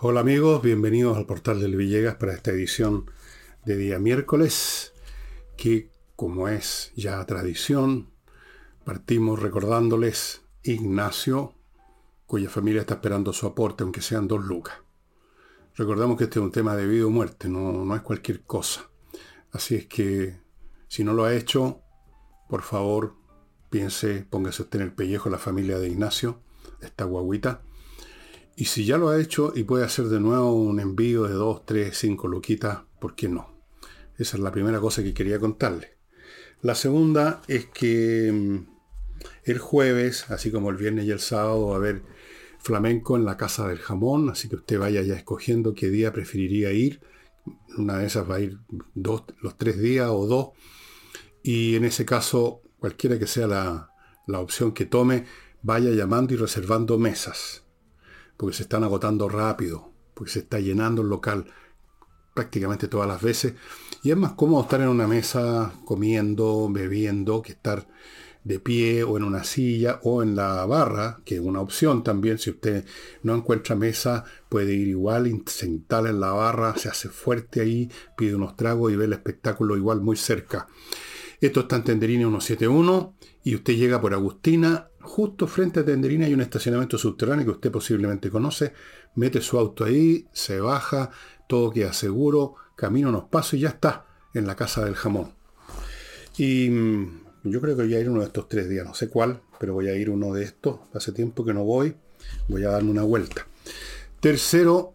Hola amigos, bienvenidos al portal del Villegas para esta edición de día miércoles, que como es ya tradición, partimos recordándoles Ignacio, cuya familia está esperando su aporte, aunque sean 2 lucas. Recordamos que este es un tema de vida o muerte, no es cualquier cosa. Así es que, si no lo ha hecho, por favor, piense, póngase usted en el pellejo de la familia de Ignacio, esta guagüita. Y si ya lo ha hecho y puede hacer de nuevo un envío de 2, 3, 5 luquitas, ¿por qué no? Esa es la primera cosa que quería contarle. La segunda es que el jueves, así como el viernes y el sábado, va a haber flamenco en la Casa del Jamón, así que usted vaya ya escogiendo qué día preferiría ir. Una de esas va a ir los 3 días o 2, y en ese caso, cualquiera que sea la opción que tome, vaya llamando y reservando mesas, porque se están agotando rápido, porque se está llenando el local prácticamente todas las veces, y es más cómodo estar en una mesa comiendo, bebiendo, que estar de pie o en una silla o en la barra, que es una opción también. Si usted no encuentra mesa, puede ir igual, se instala en la barra, se hace fuerte ahí, pide unos tragos y ve el espectáculo igual muy cerca. Esto está en Tenderini 171 y usted llega por Agustina. Justo frente a Tenderini hay un estacionamiento subterráneo que usted posiblemente conoce. Mete su auto ahí, se baja, todo queda seguro, camina unos pasos y ya está en la Casa del Jamón. Y yo creo que voy a ir uno de estos 3 días, no sé cuál, pero voy a ir uno de estos. Hace tiempo que no voy a darme una vuelta. Tercero,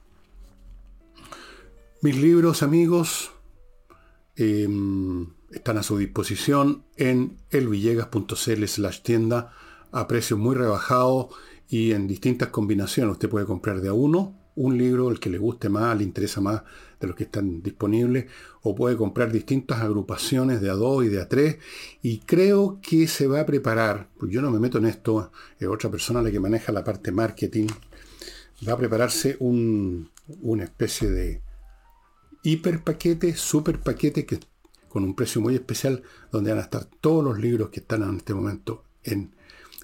mis libros, amigos, están a su disposición en elvillegas.cl/tienda a precios muy rebajados y en distintas combinaciones. Usted puede comprar de a uno un libro, el que le guste más, le interesa más de los que están disponibles, o puede comprar distintas agrupaciones de a 2 y de a 3, y creo que se va a preparar, pues yo no me meto en esto, es otra persona la que maneja la parte marketing, va a prepararse una especie de hiper paquete, super paquete, que con un precio muy especial, donde van a estar todos los libros que están en este momento en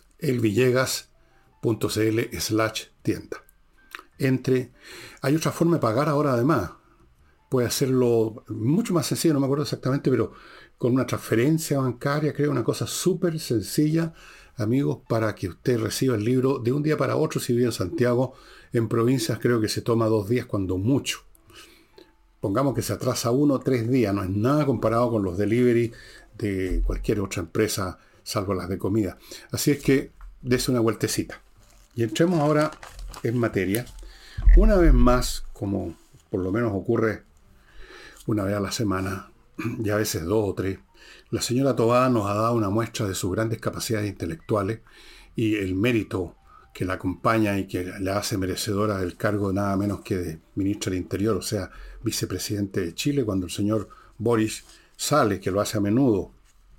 elvillegas.cl/tienda. Hay otra forma de pagar ahora además. Puede hacerlo mucho más sencillo, no me acuerdo exactamente, pero con una transferencia bancaria, creo, una cosa súper sencilla, amigos, para que usted reciba el libro de un día para otro. Si vive en Santiago, en provincias creo que se toma 2 días cuando mucho. Pongamos que se atrasa 1 o 3 días, no es nada comparado con los delivery de cualquier otra empresa, salvo las de comida. Así es que dése una vueltecita. Y entremos ahora en materia. Una vez más, como por lo menos ocurre una vez a la semana, y a veces 2 o 3, la señora Tobá nos ha dado una muestra de sus grandes capacidades intelectuales y el mérito que la acompaña y que la hace merecedora del cargo nada menos que de ministro del Interior, o sea, vicepresidente de Chile, cuando el señor Boris sale, que lo hace a menudo.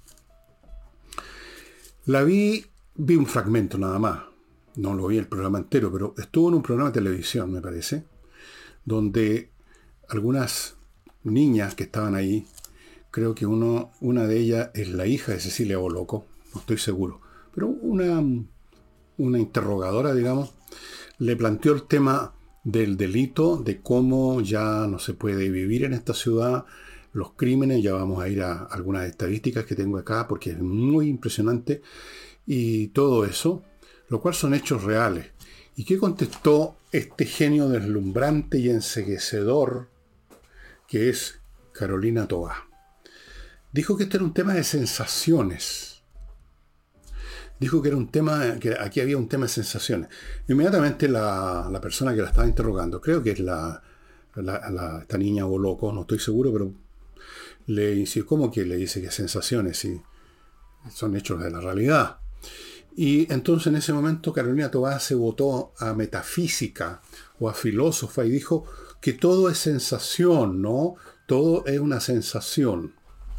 Vi un fragmento nada más, no lo vi el programa entero, pero estuvo en un programa de televisión, me parece, donde algunas niñas que estaban ahí, creo que una de ellas es la hija de Cecilia Boloco, no estoy seguro, pero una interrogadora, digamos, le planteó el tema del delito, de cómo ya no se puede vivir en esta ciudad, los crímenes. Ya vamos a ir a algunas estadísticas que tengo acá porque es muy impresionante, y todo eso, lo cual son hechos reales. ¿Y qué contestó este genio deslumbrante y enceguecedor que es Carolina Tobá? Dijo que este era un tema de sensaciones. Dijo que era un tema, que aquí había un tema de sensaciones. Inmediatamente la persona que la estaba interrogando, creo que es esta niña Boloco, no estoy seguro, pero le dice, ¿cómo que le dice que sensaciones? Si son hechos de la realidad. Y entonces en ese momento Carolina Tobá se votó a metafísica o a filósofa y dijo que todo es sensación, ¿no? Todo es una sensación.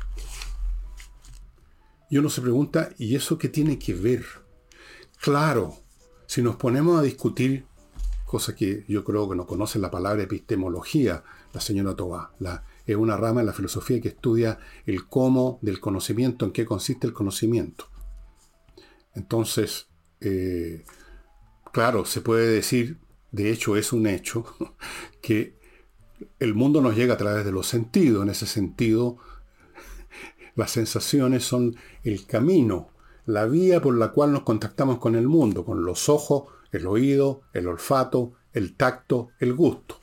Y uno se pregunta, ¿y eso qué tiene que ver? Claro, si nos ponemos a discutir, cosa que yo creo que no conoce la palabra epistemología, la señora Tobá, es una rama de la filosofía que estudia el cómo del conocimiento, en qué consiste el conocimiento. Entonces, claro, se puede decir de hecho es un hecho, que el mundo nos llega a través de los sentidos. En ese sentido, las sensaciones son el camino, la vía por la cual nos contactamos con el mundo, con los ojos, el oído, el olfato, el tacto, el gusto.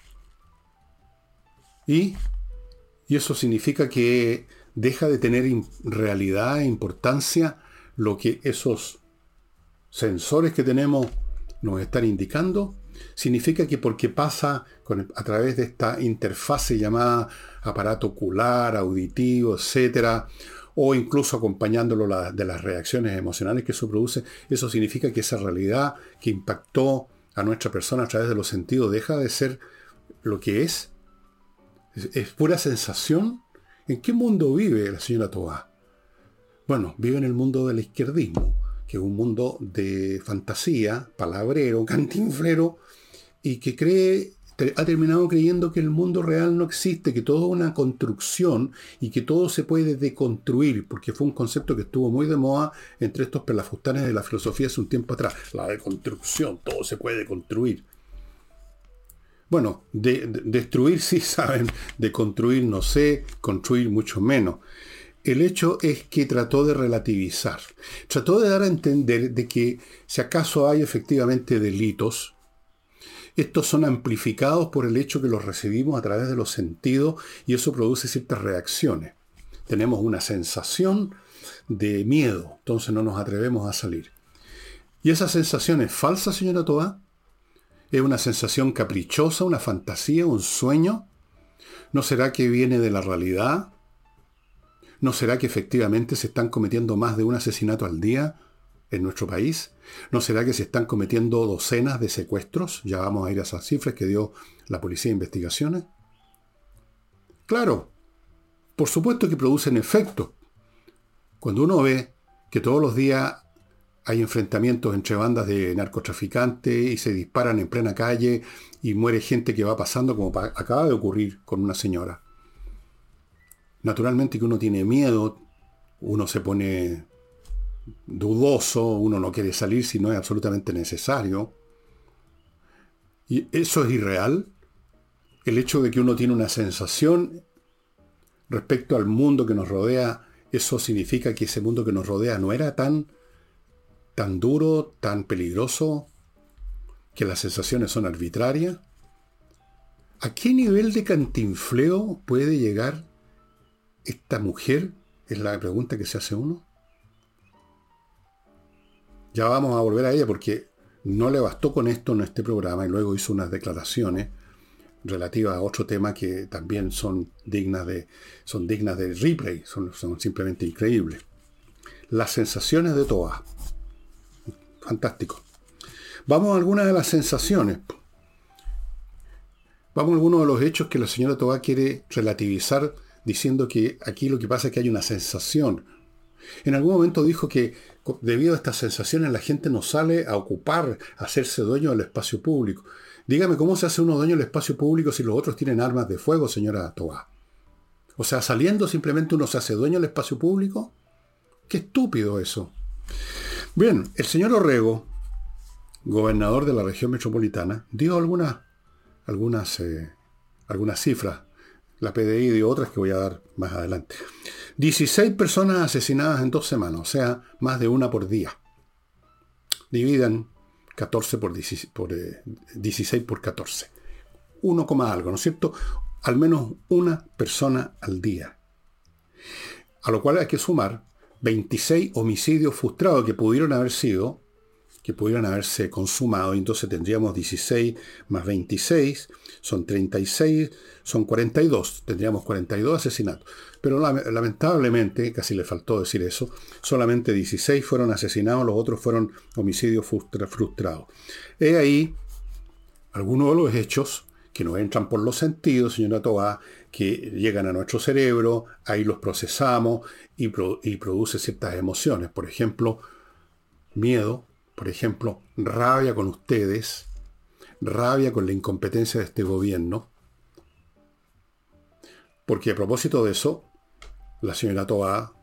Y eso significa que deja de tener realidad e importancia lo que esos sensores que tenemos nos están indicando. Significa que porque pasa a través de esta interfase llamada aparato ocular, auditivo, etcétera, o incluso acompañándolo de las reacciones emocionales que eso produce, eso significa que esa realidad que impactó a nuestra persona a través de los sentidos deja de ser lo que es. Es pura sensación. ¿En qué mundo vive la señora Toá? Bueno, vive en el mundo del izquierdismo, que es un mundo de fantasía, palabrero, cantinflero, y que ha terminado creyendo que el mundo real no existe, que todo es una construcción y que todo se puede deconstruir, porque fue un concepto que estuvo muy de moda entre estos pelafustanes de la filosofía hace un tiempo atrás. La deconstrucción, todo se puede construir. Bueno, destruir sí saben, de construir no sé, construir mucho menos. El hecho es que trató de relativizar, trató de dar a entender de que si acaso hay efectivamente delitos, estos son amplificados por el hecho que los recibimos a través de los sentidos y eso produce ciertas reacciones. Tenemos una sensación de miedo, entonces no nos atrevemos a salir. ¿Y esa sensación es falsa, señora Toá? ¿Es una sensación caprichosa, una fantasía, un sueño? ¿No será que viene de la realidad? ¿No será que efectivamente se están cometiendo más de un asesinato al día en nuestro país? ¿No será que se están cometiendo docenas de secuestros? Ya vamos a ir a esas cifras que dio la Policía de Investigaciones. Claro, por supuesto que producen efectos. Cuando uno ve que todos los días hay enfrentamientos entre bandas de narcotraficantes y se disparan en plena calle y muere gente que va pasando, como acaba de ocurrir con una señora. Naturalmente que uno tiene miedo, uno se pone dudoso, uno no quiere salir si no es absolutamente necesario. ¿Y eso es irreal? El hecho de que uno tiene una sensación respecto al mundo que nos rodea, ¿eso significa que ese mundo que nos rodea no era tan duro, tan peligroso, que las sensaciones son arbitrarias? ¿A qué nivel de cantinfleo puede llegar esta mujer? Es la pregunta que se hace uno. Ya vamos a volver a ella porque no le bastó con esto en este programa y luego hizo unas declaraciones relativas a otro tema que también son dignas de replay, son simplemente increíbles. Las sensaciones de Toá. Fantástico. Vamos a algunas de las sensaciones. Vamos a algunos de los hechos que la señora Toá quiere relativizar diciendo que aquí lo que pasa es que hay una sensación. En algún momento dijo que debido a estas sensaciones la gente no sale a ocupar, a hacerse dueño del espacio público. Dígame, ¿cómo se hace uno dueño del espacio público si los otros tienen armas de fuego, señora Toá? O sea, saliendo simplemente uno se hace dueño del espacio público. ¡Qué estúpido eso! Bien, el señor Orrego, gobernador de la región metropolitana, dio algunas cifras. La PDI dio otras que voy a dar más adelante. 16 personas asesinadas en 2 semanas, o sea, más de una por día. Dividan 16 por 14. 1, algo, ¿no es cierto? Al menos una persona al día. A lo cual hay que sumar 26 homicidios frustrados que pudieron haberse consumado, y entonces tendríamos 16 más 26, son 36, son 42, tendríamos 42 asesinatos. Pero lamentablemente, casi le faltó decir eso, solamente 16 fueron asesinados, los otros fueron homicidios frustrados. He ahí algunos de los hechos que nos entran por los sentidos, señora Toá, que llegan a nuestro cerebro, ahí los procesamos y produce ciertas emociones. Por ejemplo, miedo, por ejemplo, rabia con ustedes, rabia con la incompetencia de este gobierno. Porque a propósito de eso, la señora Toá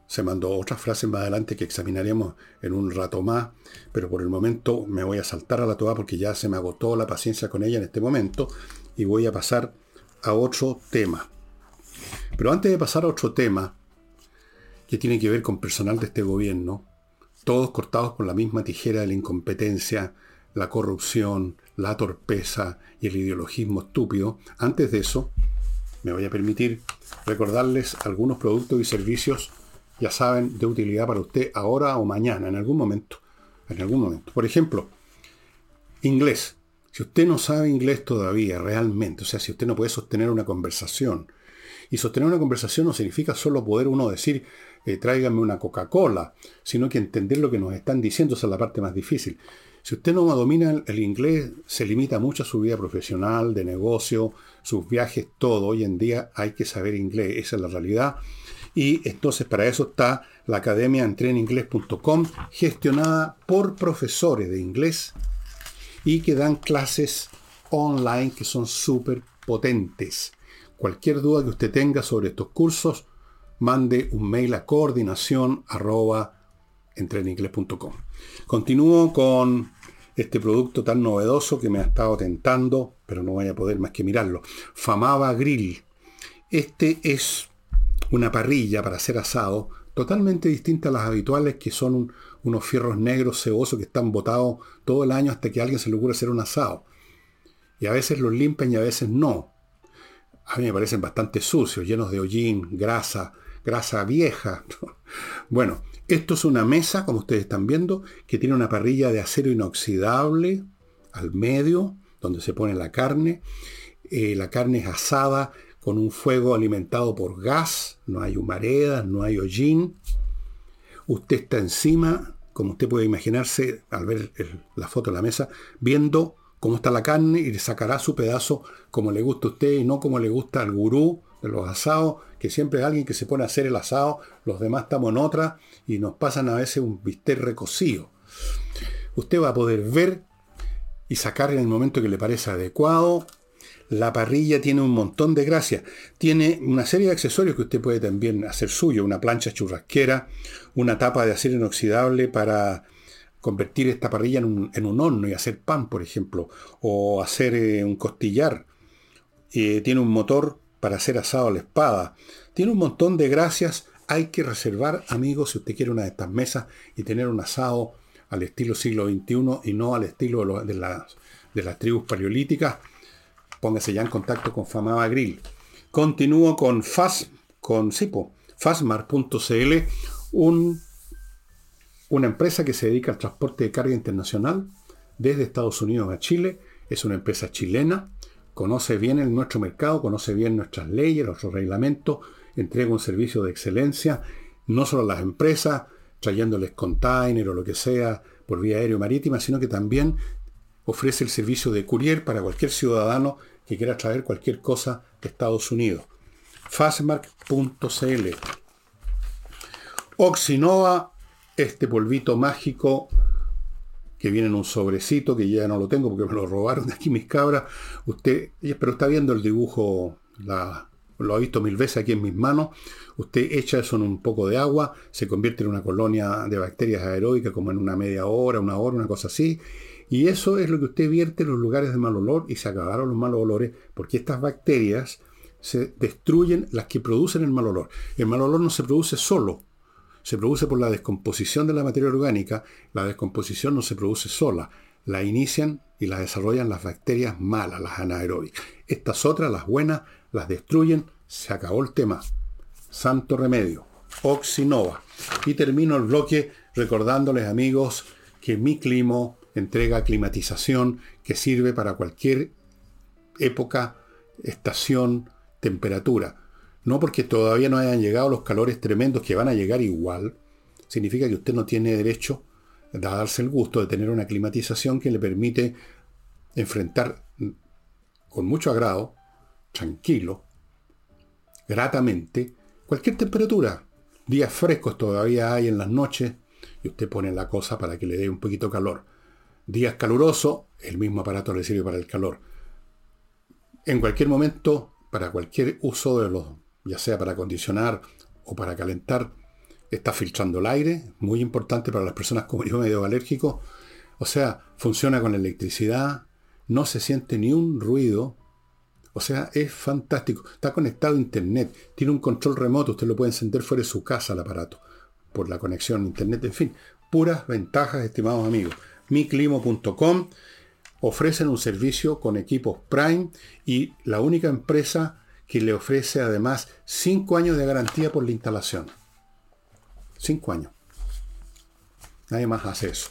se mandó otras frases más adelante que examinaremos en un rato más, pero por el momento me voy a saltar a la toa porque ya se me agotó la paciencia con ella en este momento y voy a pasar a otro tema. Pero antes de pasar a otro tema que tiene que ver con personal de este gobierno, todos cortados por la misma tijera de la incompetencia, la corrupción, la torpeza y el ideologismo estúpido, antes de eso me voy a permitir recordarles algunos productos y servicios, ya saben, de utilidad para usted ahora o mañana, en algún momento. Por ejemplo, inglés. Si usted no sabe inglés todavía, realmente, o sea, si usted no puede sostener una conversación, y sostener una conversación no significa solo poder uno decir, tráigame una Coca-Cola, sino que entender lo que nos están diciendo, esa es la parte más difícil. Si usted no domina el inglés, se limita mucho a su vida profesional, de negocio, sus viajes, todo. Hoy en día hay que saber inglés, esa es la realidad. Y entonces para eso está la academia entreninglés.com, gestionada por profesores de inglés y que dan clases online que son súper potentes. Cualquier duda que usted tenga sobre estos cursos, mande un mail a coordinación@entreninglés.com. Continúo con este producto tan novedoso que me ha estado tentando, pero no voy a poder más que mirarlo. Famaba Grill. Este es una parrilla para hacer asado, totalmente distinta a las habituales, que son unos fierros negros cebosos que están botados todo el año hasta que a alguien se le ocurre hacer un asado. Y a veces los limpian y a veces no. A mí me parecen bastante sucios, llenos de hollín, grasa vieja. Bueno, esto es una mesa, como ustedes están viendo, que tiene una parrilla de acero inoxidable al medio, donde se pone la carne. La carne es asada con un fuego alimentado por gas, no hay humaredas, no hay hollín. Usted está encima, como usted puede imaginarse al ver la foto de la mesa, viendo cómo está la carne y le sacará su pedazo como le gusta a usted y no como le gusta al gurú de los asados, que siempre es alguien que se pone a hacer el asado, los demás estamos en otra y nos pasan a veces un bistec recocido. Usted va a poder ver y sacar en el momento que le parece adecuado. La parrilla tiene un montón de gracias. Tiene una serie de accesorios que usted puede también hacer suyo. Una plancha churrasquera, una tapa de acero inoxidable para convertir esta parrilla en un horno y hacer pan, por ejemplo, o hacer un costillar. Tiene un motor para hacer asado a la espada. Tiene un montón de gracias. Hay que reservar, amigos, si usted quiere una de estas mesas y tener un asado al estilo siglo XXI y no al estilo de las tribus paleolíticas. Póngase ya en contacto con Famaba Grill. Continúo con Fastmark.cl, una empresa que se dedica al transporte de carga internacional desde Estados Unidos a Chile. Es una empresa chilena, conoce bien nuestro mercado, conoce bien nuestras leyes, nuestros reglamentos, entrega un servicio de excelencia, no solo a las empresas, trayéndoles container o lo que sea por vía aérea o marítima, sino que también ofrece el servicio de courier para cualquier ciudadano que quiera traer cualquier cosa de Estados Unidos. Fastmark.cl. Oxinova, este polvito mágico que viene en un sobrecito, que ya no lo tengo porque me lo robaron de aquí mis cabras. Pero está viendo el dibujo, lo ha visto 1000 veces aquí en mis manos. Usted echa eso en un poco de agua, se convierte en una colonia de bacterias aeróbicas como en una media hora, una cosa así. Y eso es lo que usted vierte en los lugares de mal olor y se acabaron los malos olores porque estas bacterias se destruyen las que producen el mal olor. El mal olor no se produce solo, se produce por la descomposición de la materia orgánica. La descomposición no se produce sola, la inician y la desarrollan las bacterias malas, las anaeróbicas. Estas otras, las buenas, las destruyen. Se acabó el tema. Santo remedio. Oxinova. Y termino el bloque recordándoles, amigos, que Mi Climo entrega climatización que sirve para cualquier época, estación, temperatura. No porque todavía no hayan llegado los calores tremendos que van a llegar igual, significa que usted no tiene derecho a darse el gusto de tener una climatización que le permite enfrentar con mucho agrado, tranquilo, gratamente, cualquier temperatura. Días frescos todavía hay en las noches y usted pone la cosa para que le dé un poquito calor. Días calurosos, el mismo aparato le sirve para el calor. En cualquier momento, para cualquier uso de los, ya sea para acondicionar o para calentar, está filtrando el aire, muy importante para las personas como yo, medio alérgico. O sea, funciona con electricidad, no se siente ni un ruido. O sea, es fantástico. Está conectado a internet, tiene un control remoto, usted lo puede encender fuera de su casa el aparato, por la conexión a internet, en fin, puras ventajas, estimados amigos. miclimo.com ofrecen un servicio con equipos Prime y la única empresa que le ofrece además 5 años de garantía por la instalación. 5 años. Nadie más hace eso.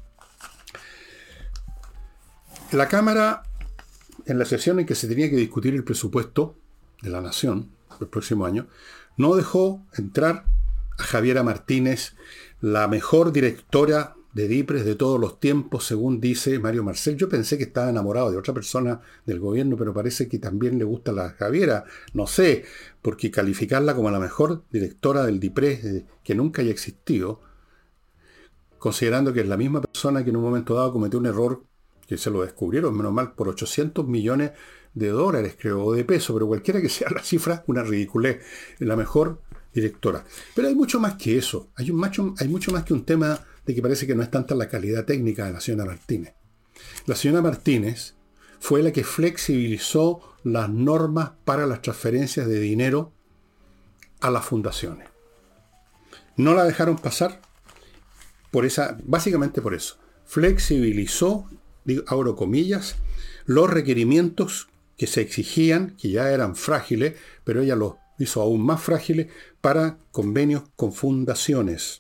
La Cámara, en la sesión en que se tenía que discutir el presupuesto de la Nación el próximo año, no dejó entrar a Javiera Martínez, la mejor directora de DIPRES de todos los tiempos, según dice Mario Marcel. Yo pensé que estaba enamorado de otra persona del gobierno, pero parece que también le gusta la Javiera. No sé, porque calificarla como la mejor directora del DIPRES que nunca haya existido, considerando que es la misma persona que en un momento dado cometió un error, que se lo descubrieron, menos mal, por 800 millones de dólares, creo, o de pesos, pero cualquiera que sea la cifra, una ridiculez. La mejor directora. Pero hay mucho más que eso. Hay mucho más que un tema de que parece que no es tanta la calidad técnica de la señora Martínez. La señora Martínez fue la que flexibilizó las normas para las transferencias de dinero a las fundaciones. No la dejaron pasar básicamente por eso. Flexibilizó, abro comillas, los requerimientos que se exigían, que ya eran frágiles, pero ella los hizo aún más frágiles para convenios con fundaciones.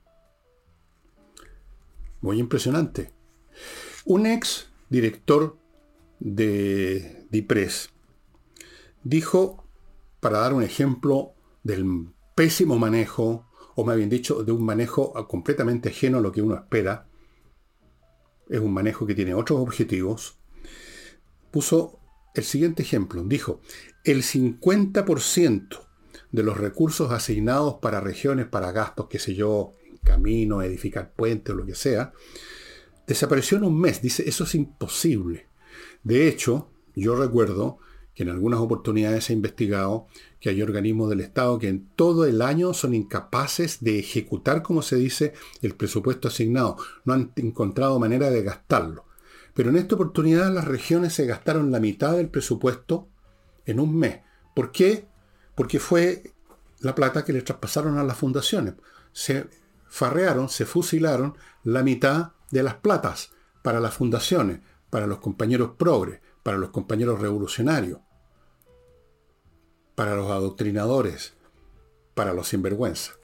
Muy impresionante. Un ex director de DIPRES dijo, para dar un ejemplo del pésimo manejo, o más bien dicho, de un manejo completamente ajeno a lo que uno espera, es un manejo que tiene otros objetivos, puso el siguiente ejemplo. Dijo, el 50% de los recursos asignados para regiones, para gastos, qué sé yo, camino, edificar puentes o lo que sea, desapareció en un mes. Dice, eso es imposible. De hecho, yo recuerdo que en algunas oportunidades he investigado que hay organismos del Estado que en todo el año son incapaces de ejecutar, como se dice, el presupuesto asignado. No han encontrado manera de gastarlo. Pero en esta oportunidad las regiones se gastaron la mitad del presupuesto en un mes. ¿Por qué? Porque fue la plata que le traspasaron a las fundaciones. Se farrearon, se fusilaron la mitad de las platas para las fundaciones, para los compañeros progres, para los compañeros revolucionarios, para los adoctrinadores, para los sinvergüenza.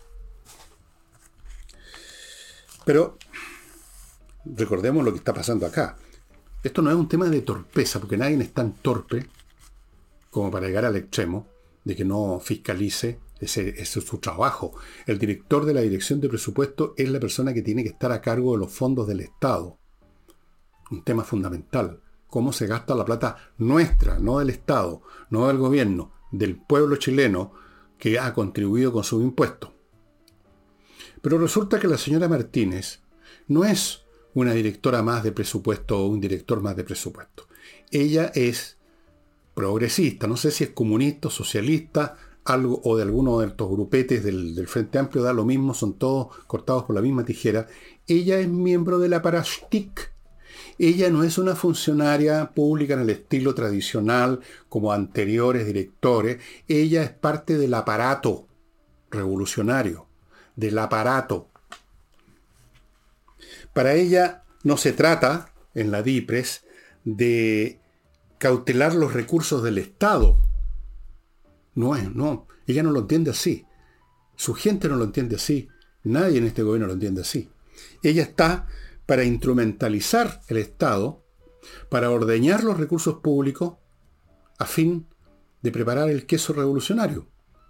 Pero recordemos lo que está pasando acá. Esto no es un tema de torpeza, porque nadie es tan torpe como para llegar al extremo de que no fiscalice. Ese es su trabajo. El director de la Dirección de Presupuesto es la persona que tiene que estar a cargo de los fondos del Estado. Un tema fundamental. Cómo se gasta la plata nuestra, no del Estado, no del gobierno, del pueblo chileno que ha contribuido con sus impuestos. Pero resulta que la señora Martínez no es una directora más de presupuesto o un director más de presupuesto. Ella es progresista, no sé si es comunista, socialista, algo, o de alguno de estos grupetes del Frente Amplio, da lo mismo, son todos cortados por la misma tijera. Ella es miembro de la Parashtik. Ella no es una funcionaria pública en el estilo tradicional como anteriores directores. Ella es parte del aparato revolucionario, del aparato. Para ella no se trata, en la DIPRES, de cautelar los recursos del Estado. No, ella no lo entiende así. Su gente no lo entiende así. Nadie en este gobierno lo entiende así. Ella está para instrumentalizar el Estado, para ordeñar los recursos públicos a fin de preparar el queso revolucionario.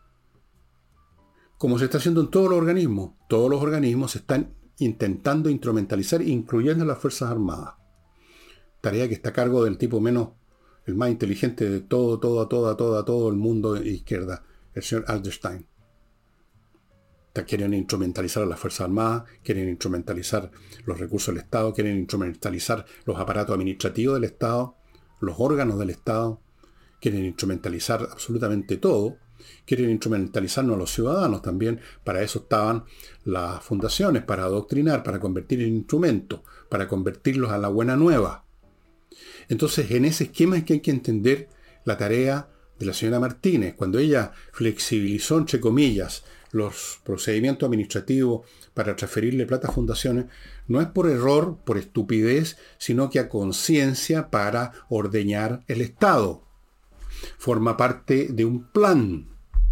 Como se está haciendo en todos los organismos. Todos los organismos están intentando instrumentalizar, incluyendo las Fuerzas Armadas. Tarea que está a cargo del tipo menos, el más inteligente de todo el mundo de izquierda, el señor Alderstein. Quieren instrumentalizar a las Fuerzas Armadas, quieren instrumentalizar los recursos del Estado, quieren instrumentalizar los aparatos administrativos del Estado, los órganos del Estado, quieren instrumentalizar absolutamente todo, Quieren instrumentalizarnos a los ciudadanos también. Para eso estaban las fundaciones, para adoctrinar, para convertir en instrumentos, para convertirlos a la buena nueva. Entonces, en ese esquema es que hay que entender la tarea de la señora Martínez. Cuando ella flexibilizó, entre comillas, los procedimientos administrativos para transferirle plata a fundaciones, no es por error, por estupidez, sino que a conciencia para ordeñar el Estado. Forma parte de un plan.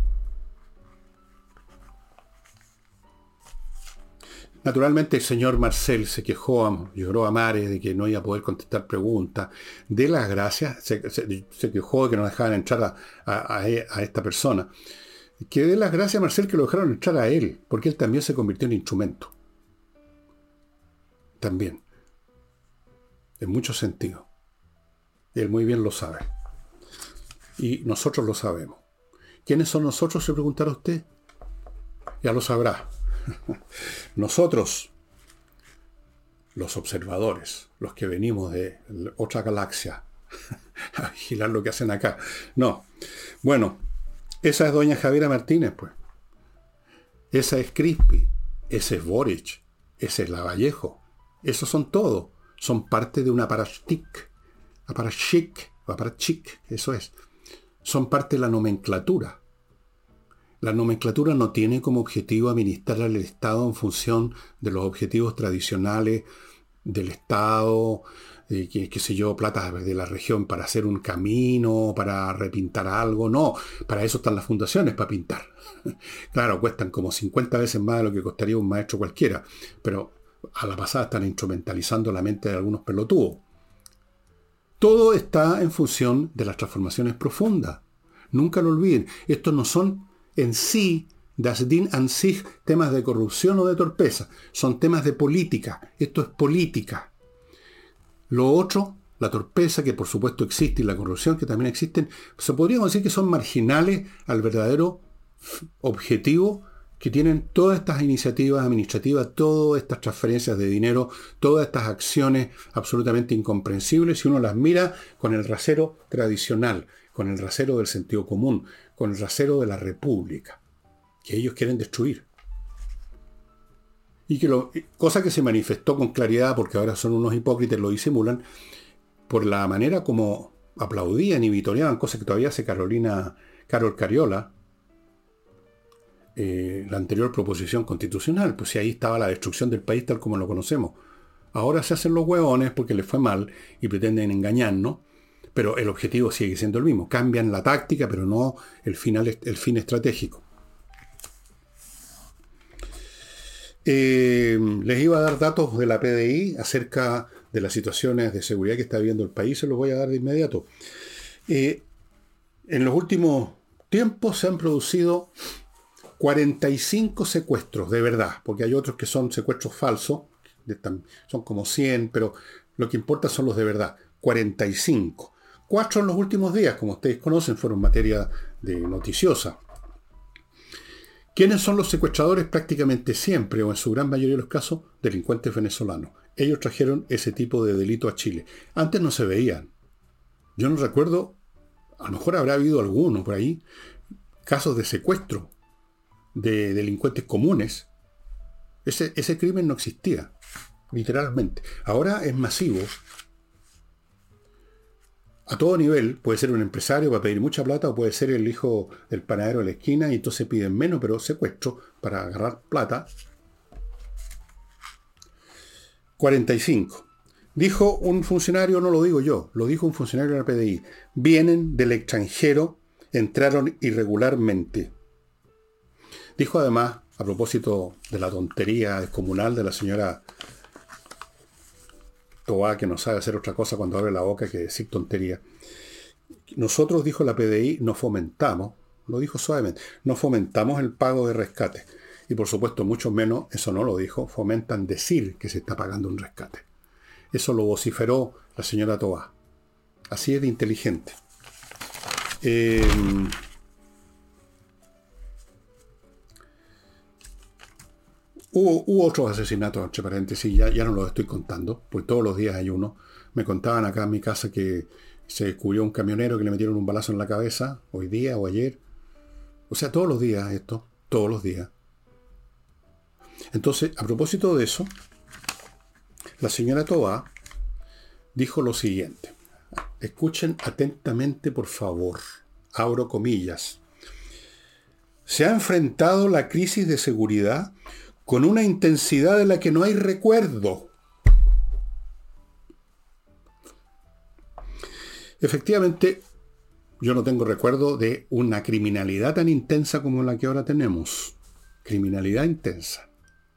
Naturalmente el señor Marcel se quejó, lloró a mares de que no iba a poder contestar preguntas. De las gracias, se quejó de que no dejaban entrar a esta persona. Que dé las gracias a Marcel que lo dejaron entrar a él, porque él también se convirtió en instrumento. También. En muchos sentidos. Él muy bien lo sabe. Y nosotros lo sabemos. ¿Quiénes son nosotros? Se preguntará usted. Ya lo sabrá. Nosotros, los observadores, los que venimos de otra galaxia, a vigilar lo que hacen acá. No. Bueno, esa es doña Javiera Martínez, pues. Esa es Crispi. Ese es Boric. Ese es Lavallejo. Esos son todos. Son parte de un aparatchik. Aparatchik, eso es. Son parte de la nomenclatura. La nomenclatura no tiene como objetivo administrar al Estado en función de los objetivos tradicionales del Estado, qué sé yo, plata de la región para hacer un camino, para repintar algo. No, para eso están las fundaciones, para pintar. Claro, cuestan como 50 veces más de lo que costaría un maestro cualquiera, pero a la pasada están instrumentalizando la mente de algunos pelotudos. Todo está en función de las transformaciones profundas. Nunca lo olviden. Estos no son en sí, das Ding an sich, temas de corrupción o de torpeza. Son temas de política. Esto es política. Lo otro, la torpeza, que por supuesto existe, y la corrupción, que también existen, se podría decir que son marginales al verdadero objetivo que tienen todas estas iniciativas administrativas, todas estas transferencias de dinero, todas estas acciones absolutamente incomprensibles si uno las mira con el rasero tradicional, con el rasero del sentido común, con el rasero de la república, que ellos quieren destruir. Y cosa que se manifestó con claridad, porque ahora son unos hipócritas, lo disimulan, por la manera como aplaudían y vitoreaban, cosa que todavía hace Carol Cariola, la anterior proposición constitucional, pues si ahí estaba la destrucción del país tal como lo conocemos. Ahora se hacen los hueones porque les fue mal y pretenden engañarnos, pero el objetivo sigue siendo el mismo. Cambian la táctica, pero no el fin estratégico. Les iba a dar datos de la PDI acerca de las situaciones de seguridad que está viviendo el país, se los voy a dar de inmediato. En los últimos tiempos se han producido 45 secuestros, de verdad, porque hay otros que son secuestros falsos, son como 100, pero lo que importa son los de verdad, 45. 4 en los últimos días, como ustedes conocen, fueron materia de noticiosa. ¿Quiénes son los secuestradores? Prácticamente siempre, o en su gran mayoría de los casos, delincuentes venezolanos. Ellos trajeron ese tipo de delito a Chile. Antes no se veían. Yo no recuerdo, a lo mejor habrá habido alguno por ahí, casos de secuestro de delincuentes comunes. Ese crimen no existía, literalmente. Ahora es masivo. A todo nivel, puede ser un empresario para pedir mucha plata o puede ser el hijo del panadero de la esquina y entonces piden menos, pero secuestro para agarrar plata. 45. Dijo un funcionario, no lo digo yo, lo dijo un funcionario de la PDI. Vienen del extranjero, entraron irregularmente. Dijo además, a propósito de la tontería descomunal de la señora Tobá, que no sabe hacer otra cosa cuando abre la boca que decir tontería. Nosotros, dijo la PDI, no fomentamos, lo dijo suavemente, no fomentamos el pago de rescate. Y por supuesto, mucho menos, eso no lo dijo, fomentan decir que se está pagando un rescate. Eso lo vociferó la señora Tobá. Así es de inteligente. Hubo otros asesinatos, entre paréntesis, ya no los estoy contando, pues todos los días hay uno. Me contaban acá en mi casa que se descubrió un camionero que le metieron un balazo en la cabeza, hoy día o ayer. O sea, todos los días esto, todos los días. Entonces, a propósito de eso, la señora Toá dijo lo siguiente. Escuchen atentamente, por favor. Abro comillas. Se ha enfrentado la crisis de seguridad con una intensidad de la que no hay recuerdo. Efectivamente, yo no tengo recuerdo de una criminalidad tan intensa como la que ahora tenemos. Criminalidad intensa.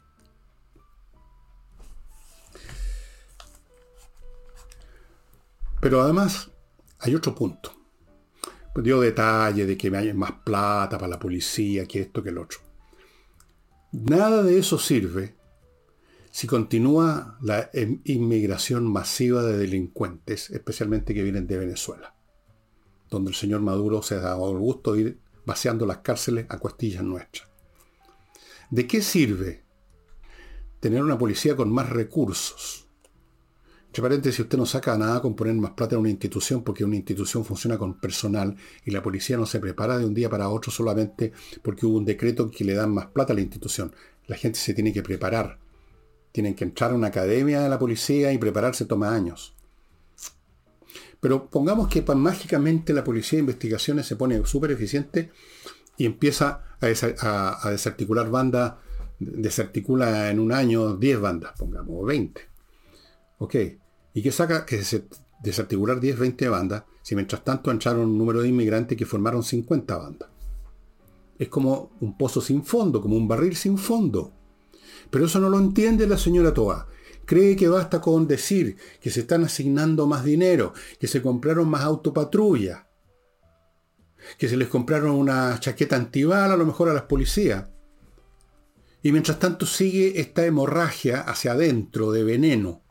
Pero además hay otro punto. Dio detalle de que hay más plata para la policía, que esto, que el otro. Nada de eso sirve si continúa la inmigración masiva de delincuentes, especialmente que vienen de Venezuela, donde el señor Maduro se ha dado el gusto de ir vaciando las cárceles a costillas nuestras. ¿De qué sirve tener una policía con más recursos? Entre paréntesis, usted no saca nada con poner más plata en una institución, porque una institución funciona con personal y la policía no se prepara de un día para otro solamente porque hubo un decreto que le dan más plata a la institución. La gente se tiene que preparar. Tienen que entrar a una academia de la policía y prepararse toma años. Pero pongamos que mágicamente la policía de investigaciones se pone súper eficiente y empieza a desarticular bandas, desarticula en un año 10 bandas, pongamos, o 20. Ok, ¿y qué saca que se desarticular 10, 20 bandas si mientras tanto entraron un número de inmigrantes que formaron 50 bandas? Es como un pozo sin fondo, como un barril sin fondo. Pero eso no lo entiende la señora Toá. Cree que basta con decir que se están asignando más dinero, que se compraron más autopatrullas, que se les compraron una chaqueta antibala a lo mejor a las policías. Y mientras tanto sigue esta hemorragia hacia adentro de veneno.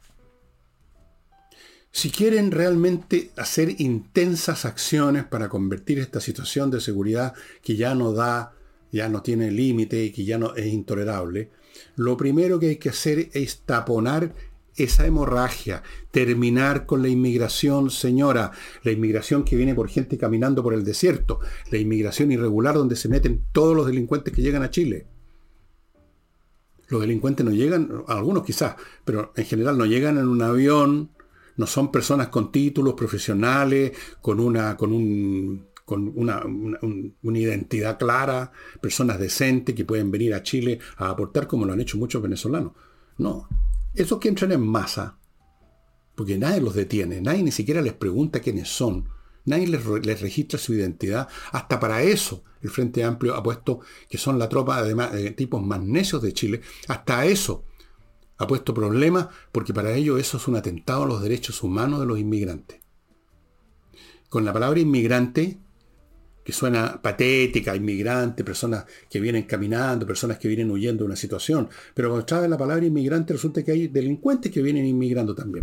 Si quieren realmente hacer intensas acciones para convertir esta situación de seguridad que ya no tiene límite y que ya no es intolerable, lo primero que hay que hacer es taponar esa hemorragia, terminar con la inmigración, señora, la inmigración que viene por gente caminando por el desierto, la inmigración irregular donde se meten todos los delincuentes que llegan a Chile. Los delincuentes no llegan, algunos quizás, pero en general no llegan en un avión. No son personas con títulos profesionales, con una identidad clara, personas decentes que pueden venir a Chile a aportar como lo han hecho muchos venezolanos. No, esos que entran en masa, porque nadie los detiene, nadie ni siquiera les pregunta quiénes son, nadie les registra su identidad. Hasta para eso el Frente Amplio ha puesto, que son la tropa además de tipos más necios de Chile, hasta eso ha puesto problemas, porque para ellos eso es un atentado a los derechos humanos de los inmigrantes. Con la palabra inmigrante, que suena patética, inmigrante, personas que vienen caminando, personas que vienen huyendo de una situación, pero cuando trae la palabra inmigrante resulta que hay delincuentes que vienen inmigrando también.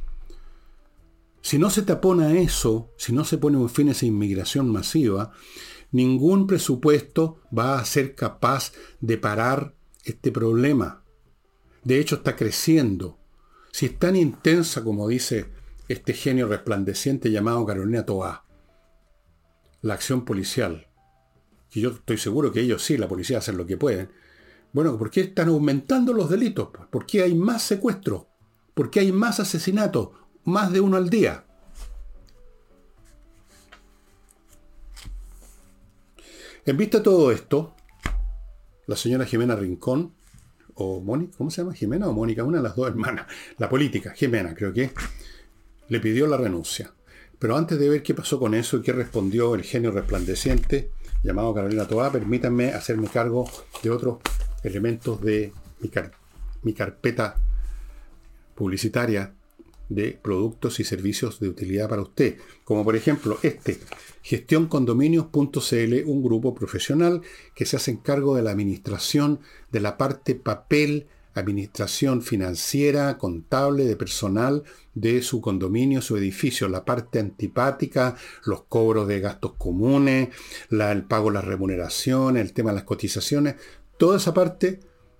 Si no se tapona eso, si no se pone un fin a esa inmigración masiva, ningún presupuesto va a ser capaz de parar este problema. De hecho, está creciendo. Si es tan intensa como dice este genio resplandeciente llamado Carolina Toá, la acción policial, que yo estoy seguro que ellos sí, la policía, hacen lo que pueden. Bueno, ¿por qué están aumentando los delitos? ¿Por qué hay más secuestros? ¿Por qué hay más asesinatos? Más de uno al día. En vista de todo esto, la señora Jimena Rincón, o Mónica, ¿cómo se llama? ¿Jimena o Mónica? Una de las dos hermanas. La política, Jimena, creo que, le pidió la renuncia. Pero antes de ver qué pasó con eso y qué respondió el genio resplandeciente, llamado Carolina Toá, permítanme hacerme cargo de otros elementos de mi carpeta publicitaria de productos y servicios de utilidad para usted. Como por ejemplo gestioncondominios.cl, un grupo profesional que se hace cargo de la administración de la parte papel, administración financiera, contable, de personal de su condominio, su edificio, la parte antipática, los cobros de gastos comunes, el pago de las remuneraciones, el tema de las cotizaciones, toda esa parte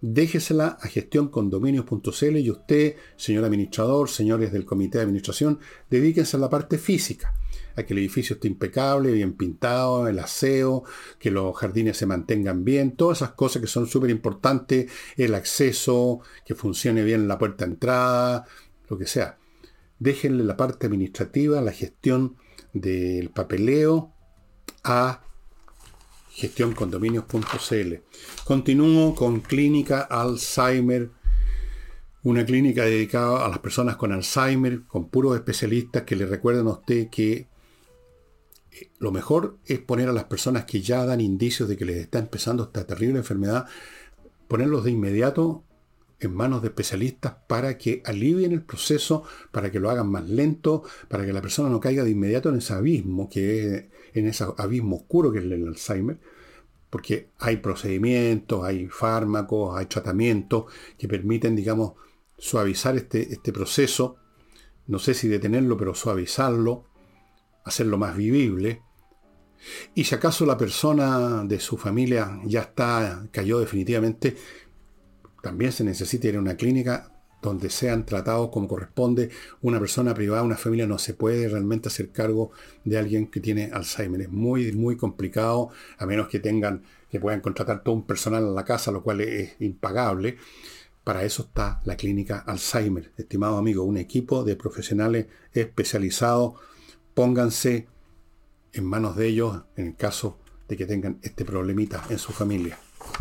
déjesela a gestioncondominios.cl y usted, señor administrador, señores del comité de administración, dedíquense a la parte física, a que el edificio esté impecable, bien pintado, el aseo, que los jardines se mantengan bien, todas esas cosas que son súper importantes, el acceso, que funcione bien la puerta de entrada, lo que sea. Déjenle la parte administrativa, la gestión del papeleo a gestioncondominios.cl. Continúo con Clínica Alzheimer, una clínica dedicada a las personas con Alzheimer, con puros especialistas que le recuerdan a usted que lo mejor es poner a las personas que ya dan indicios de que les está empezando esta terrible enfermedad, ponerlos de inmediato en manos de especialistas para que alivien el proceso, para que lo hagan más lento, para que la persona no caiga de inmediato en ese abismo, en ese abismo oscuro que es el Alzheimer, porque hay procedimientos, hay fármacos, hay tratamientos que permiten, digamos, suavizar este proceso, no sé si detenerlo, pero suavizarlo, hacerlo más vivible. Y si acaso la persona de su familia cayó definitivamente, también se necesita ir a una clínica donde sean tratados como corresponde. Una persona privada, una familia, no se puede realmente hacer cargo de alguien que tiene Alzheimer. Es muy, muy complicado, a menos que puedan contratar todo un personal en la casa, lo cual es impagable. Para eso está la clínica Alzheimer. Estimado amigo, un equipo de profesionales especializados. Pónganse en manos de ellos en el caso de que tengan este problemita en su familia.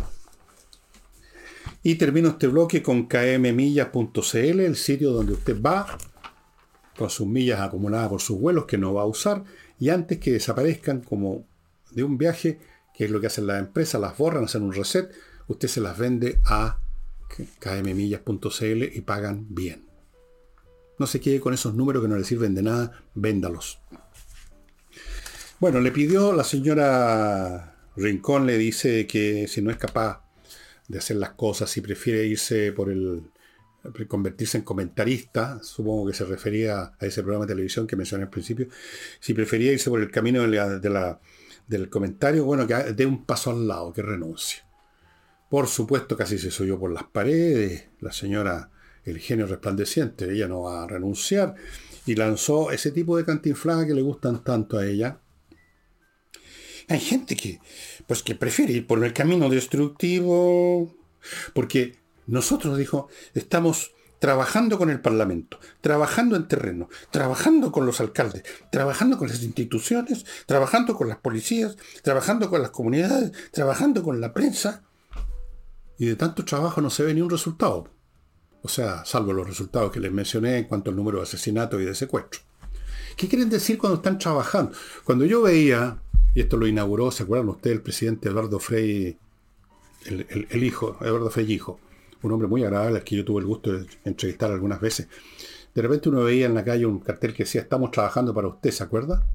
Y termino este bloque con kmmillas.cl, el sitio donde usted va con sus millas acumuladas por sus vuelos que no va a usar, y antes que desaparezcan como de un viaje, que es lo que hacen las empresas, las borran, hacen un reset, usted se las vende a kmmillas.cl y pagan bien. No se quede con esos números que no le sirven de nada, véndalos. Bueno, le pidió la señora Rincón, le dice que si no es capaz de hacer las cosas, si prefiere convertirse en comentarista, supongo que se refería a ese programa de televisión que mencioné al principio, si prefería irse por el camino del comentario, bueno, que dé un paso al lado, que renuncie. Por supuesto, casi se subió por las paredes, la señora, el genio resplandeciente, ella no va a renunciar, y lanzó ese tipo de cantinfladas que le gustan tanto a ella. Hay gente que prefiere ir por el camino destructivo, porque nosotros, dijo, estamos trabajando con el Parlamento, trabajando en terreno, trabajando con los alcaldes, trabajando con las instituciones, trabajando con las policías, trabajando con las comunidades, trabajando con la prensa, y de tanto trabajo no se ve ni un resultado. O sea, salvo los resultados que les mencioné en cuanto al número de asesinatos y de secuestros. ¿Qué quieren decir cuando están trabajando? Cuando yo veía, y esto lo inauguró, ¿se acuerdan ustedes? El presidente Eduardo Frei, el hijo, Eduardo Frei hijo, un hombre muy agradable, al que yo tuve el gusto de entrevistar algunas veces. De repente uno veía en la calle un cartel que decía, estamos trabajando para usted, ¿se acuerda?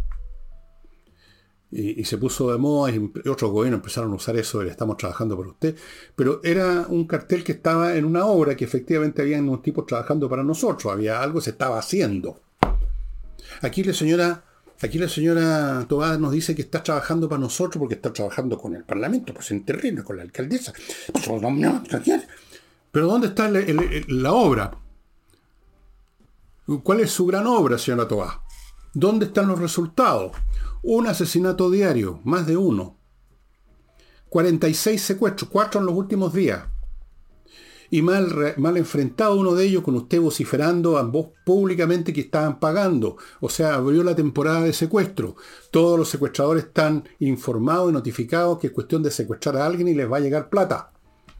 Y se puso de moda, y otros gobiernos empezaron a usar eso, de estamos trabajando por usted, pero era un cartel que estaba en una obra que efectivamente había unos tipos trabajando para nosotros, había algo que se estaba haciendo. Aquí la señora Tobá nos dice que está trabajando para nosotros porque está trabajando con el Parlamento, pues en terreno, con la alcaldesa. Pero ¿dónde está la obra? ¿Cuál es su gran obra, señora Tobá? ¿Dónde están los resultados? Un asesinato diario, más de uno. 46 secuestros, 4 en los últimos días. Y mal enfrentado uno de ellos con usted vociferando a voz públicamente que estaban pagando. O sea, abrió la temporada de secuestro. Todos los secuestradores están informados y notificados que es cuestión de secuestrar a alguien y les va a llegar plata.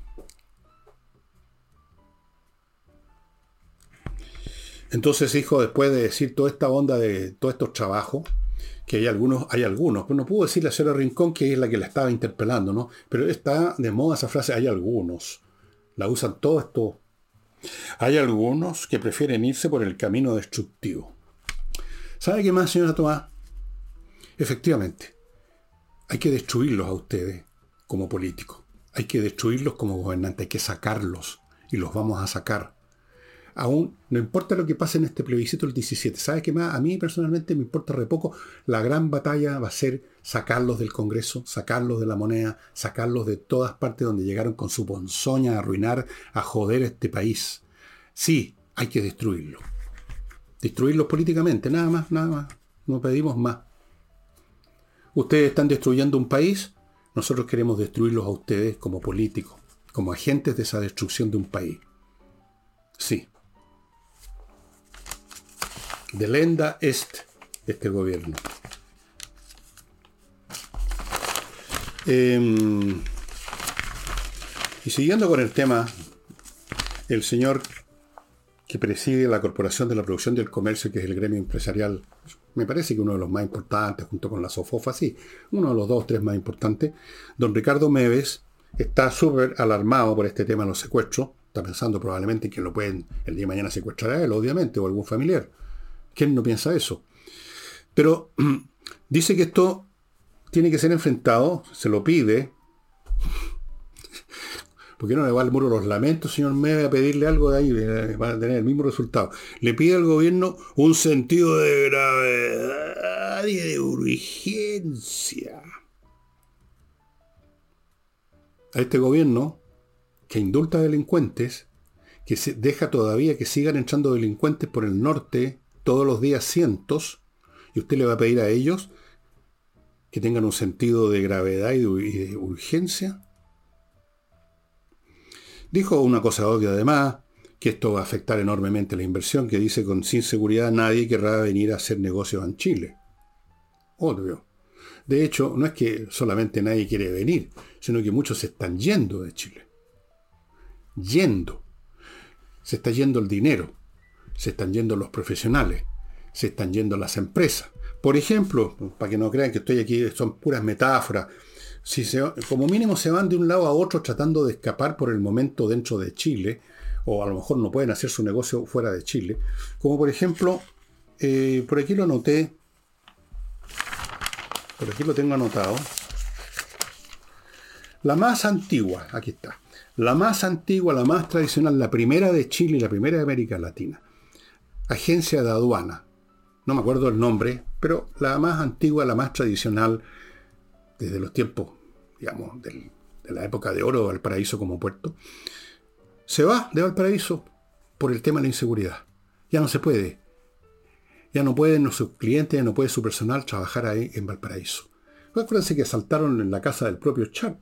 Entonces, hijo, después de decir toda esta onda de todos estos trabajos, que hay algunos, pero no puedo decir la señora Rincón, que es la que la estaba interpelando, ¿no? Pero está de moda esa frase, hay algunos. La usan todo esto. Hay algunos que prefieren irse por el camino destructivo. ¿Sabe qué más, señora Tomás? Efectivamente, hay que destruirlos a ustedes como políticos. Hay que destruirlos como gobernantes. Hay que sacarlos. Y los vamos a sacar. Aún no importa lo que pase en este plebiscito el 17. ¿Sabes qué más? A mí personalmente me importa re poco. La gran batalla va a ser sacarlos del Congreso, sacarlos de la moneda, sacarlos de todas partes donde llegaron con su ponzoña a arruinar, a joder este país. Sí, hay que destruirlos. Destruirlos políticamente, nada más, nada más. No pedimos más. Ustedes están destruyendo un país, nosotros queremos destruirlos a ustedes como políticos, como agentes de esa destrucción de un país. Sí. Delenda est este gobierno. Y siguiendo con el tema, el señor que preside la Corporación de la Producción y el Comercio, que es el gremio empresarial, me parece que uno de los más importantes, junto con la SOFOFA, sí, uno de los 2 o 3 más importantes, don Ricardo Meves, está súper alarmado por este tema de los secuestros. Está pensando probablemente que lo pueden el día de mañana secuestrar a él, obviamente, o algún familiar. ¿Quién no piensa eso? Pero dice que esto tiene que ser enfrentado, se lo pide. ¿Por qué no le va al muro los lamentos, señor Meves, a pedirle algo de ahí? Va a tener el mismo resultado. Le pide al gobierno un sentido de gravedad y de urgencia. A este gobierno que indulta delincuentes, que se deja todavía que sigan entrando delincuentes por el norte, todos los días cientos, y usted le va a pedir a ellos que tengan un sentido de gravedad y de urgencia. Dijo una cosa obvia además, que esto va a afectar enormemente la inversión, que dice con sin seguridad nadie querrá venir a hacer negocios en Chile. Obvio. De hecho, no es que solamente nadie quiere venir, sino que muchos se están yendo de Chile. Yendo. Se está yendo el dinero, se están yendo los profesionales, se están yendo las empresas. Por ejemplo, para que no crean que estoy aquí, son puras metáforas, como mínimo se van de un lado a otro tratando de escapar por el momento dentro de Chile, o a lo mejor no pueden hacer su negocio fuera de Chile, como por ejemplo, por aquí lo anoté, por aquí lo tengo anotado, la más antigua, aquí está, la más antigua, la más tradicional, la primera de Chile y la primera de América Latina, agencia de aduana, no me acuerdo el nombre, pero la más antigua, la más tradicional, desde los tiempos, digamos, de la época de oro de Valparaíso como puerto, se va de Valparaíso por el tema de la inseguridad. Ya no se puede. Ya no pueden sus clientes, ya no puede su personal trabajar ahí en Valparaíso. Acuérdense que asaltaron en la casa del propio Sharp.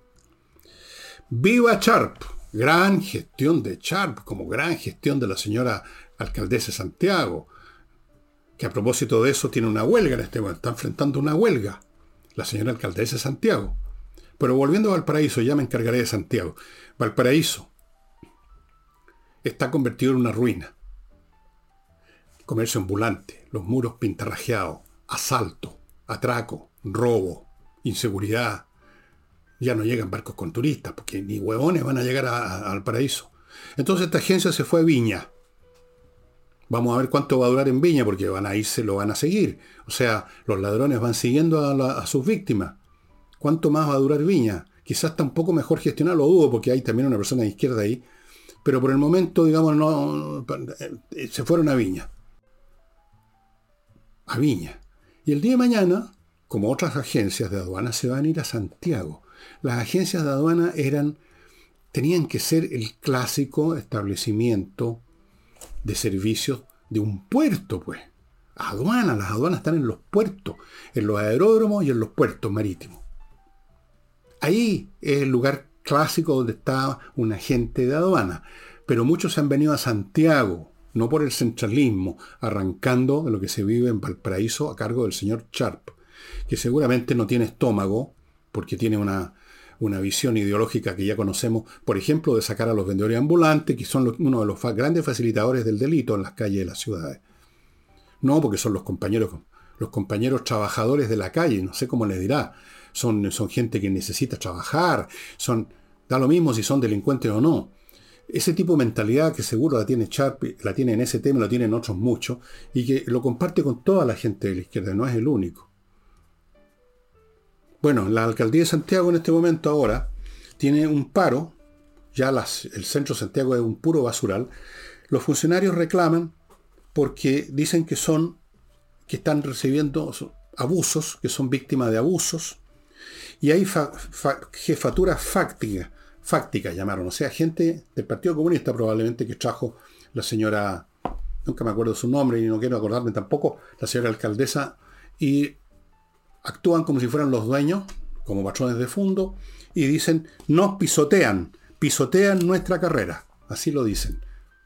¡Viva Sharp! Gran gestión de Sharp, como gran gestión de la señora alcaldesa de Santiago, que a propósito de eso tiene una huelga en este momento, está enfrentando una huelga, la señora alcaldesa de Santiago. Pero volviendo a Valparaíso, ya me encargaré de Santiago. Valparaíso está convertido en una ruina. Comercio ambulante, los muros pintarrajeados, asalto, atraco, robo, inseguridad. Ya no llegan barcos con turistas, porque ni huevones van a llegar a Valparaíso. Entonces esta agencia se fue a Viña. Vamos a ver cuánto va a durar en Viña, porque van a irse, lo van a seguir. O sea, los ladrones van siguiendo a sus víctimas. ¿Cuánto más va a durar Viña? Quizás está un poco mejor gestionado, lo dudo, porque hay también una persona de izquierda ahí. Pero por el momento, digamos, no se fueron a Viña. A Viña. Y el día de mañana, como otras agencias de aduana, se van a ir a Santiago. Las agencias de aduana tenían que ser el clásico establecimiento de servicios de un puerto, pues. Las aduanas están en los puertos, en los aeródromos y en los puertos marítimos. Ahí es el lugar clásico donde está un agente de aduana. Pero muchos han venido a Santiago, no por el centralismo, arrancando de lo que se vive en Valparaíso a cargo del señor Sharp, que seguramente no tiene estómago, porque tiene una visión ideológica que ya conocemos, por ejemplo, de sacar a los vendedores ambulantes, que son uno de los grandes facilitadores del delito en las calles de las ciudades. No, porque son los compañeros trabajadores de la calle, no sé cómo les dirá. Son gente que necesita trabajar, da lo mismo si son delincuentes o no. Ese tipo de mentalidad que seguro la tiene Sharp, la tiene en ese tema, la tienen otros muchos, y que lo comparte con toda la gente de la izquierda, no es el único. Bueno, la alcaldía de Santiago en este momento ahora tiene un paro, ya el centro de Santiago es un puro basural, Los funcionarios reclaman porque dicen que están recibiendo abusos, que son víctimas de abusos, y hay jefaturas fácticas llamaron, o sea, gente del Partido Comunista probablemente que trajo la señora, nunca me acuerdo su nombre y no quiero acordarme tampoco, la señora alcaldesa, y actúan como si fueran los dueños, como patrones de fondo, y dicen, nos pisotean nuestra carrera, así lo dicen.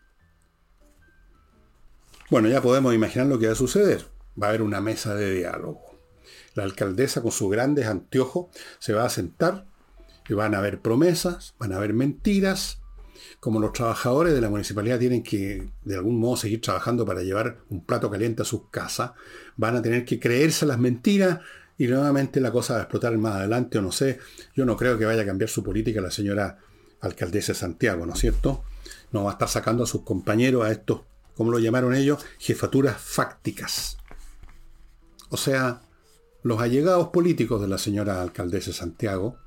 Bueno, ya podemos imaginar lo que va a suceder. Va a haber una mesa de diálogo. La alcaldesa con sus grandes anteojos se va a sentar y van a haber promesas, van a haber mentiras. Como los trabajadores de la municipalidad tienen que de algún modo seguir trabajando para llevar un plato caliente a sus casas, van a tener que creerse las mentiras y nuevamente la cosa va a explotar más adelante o no sé. Yo no creo que vaya a cambiar su política la señora alcaldesa de Santiago, ¿no es cierto? No va a estar sacando a sus compañeros a estos, ¿cómo lo llamaron ellos? Jefaturas fácticas. O sea, los allegados políticos de la señora alcaldesa de Santiago.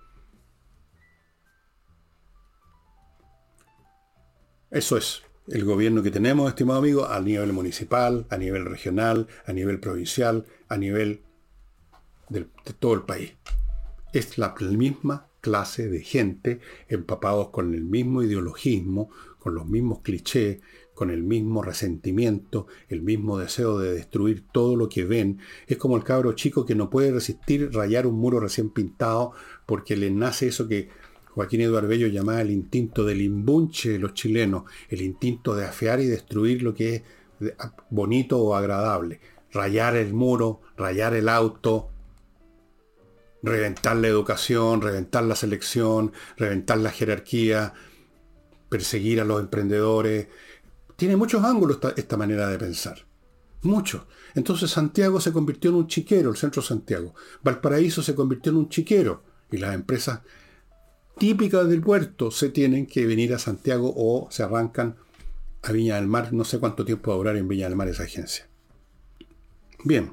Eso es el gobierno que tenemos, estimado amigo, a nivel municipal, a nivel regional, a nivel provincial, a nivel de todo el país. Es la misma clase de gente empapados con el mismo ideologismo, con los mismos clichés, con el mismo resentimiento, el mismo deseo de destruir todo lo que ven. Es como el cabro chico que no puede resistir rayar un muro recién pintado porque le nace eso que Joaquín Eduardo Bello llamaba el instinto del imbunche de los chilenos, el instinto de afear y destruir lo que es bonito o agradable. Rayar el muro, rayar el auto, reventar la educación, reventar la selección, reventar la jerarquía, perseguir a los emprendedores. Tiene muchos ángulos esta manera de pensar. Muchos. Entonces Santiago se convirtió en un chiquero, el centro de Santiago. Valparaíso se convirtió en un chiquero. Y las empresas típicas del puerto se tienen que venir a Santiago o se arrancan a Viña del Mar. No sé cuánto tiempo va a durar en Viña del Mar esa agencia. Bien.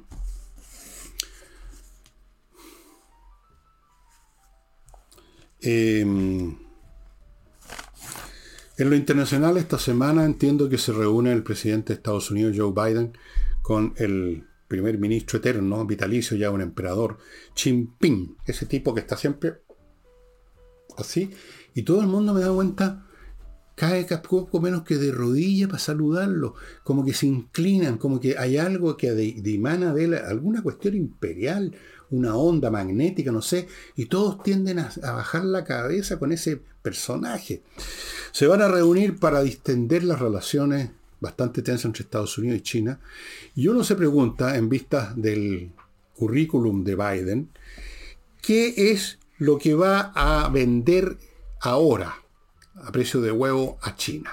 En lo internacional esta semana entiendo que se reúne el presidente de Estados Unidos, Joe Biden, con el primer ministro eterno, vitalicio ya un emperador, Xi Jinping, ese tipo que está siempre así, y todo el mundo me da cuenta, cae poco menos que de rodillas para saludarlo, como que se inclinan, como que hay algo que dimana de él, alguna cuestión imperial, una onda magnética, no sé, y todos tienden a bajar la cabeza con ese personaje. Se van a reunir para distender las relaciones bastante tensas entre Estados Unidos y China, y uno se pregunta, en vista del currículum de Biden, ¿qué es lo que va a vender ahora a precio de huevo a China?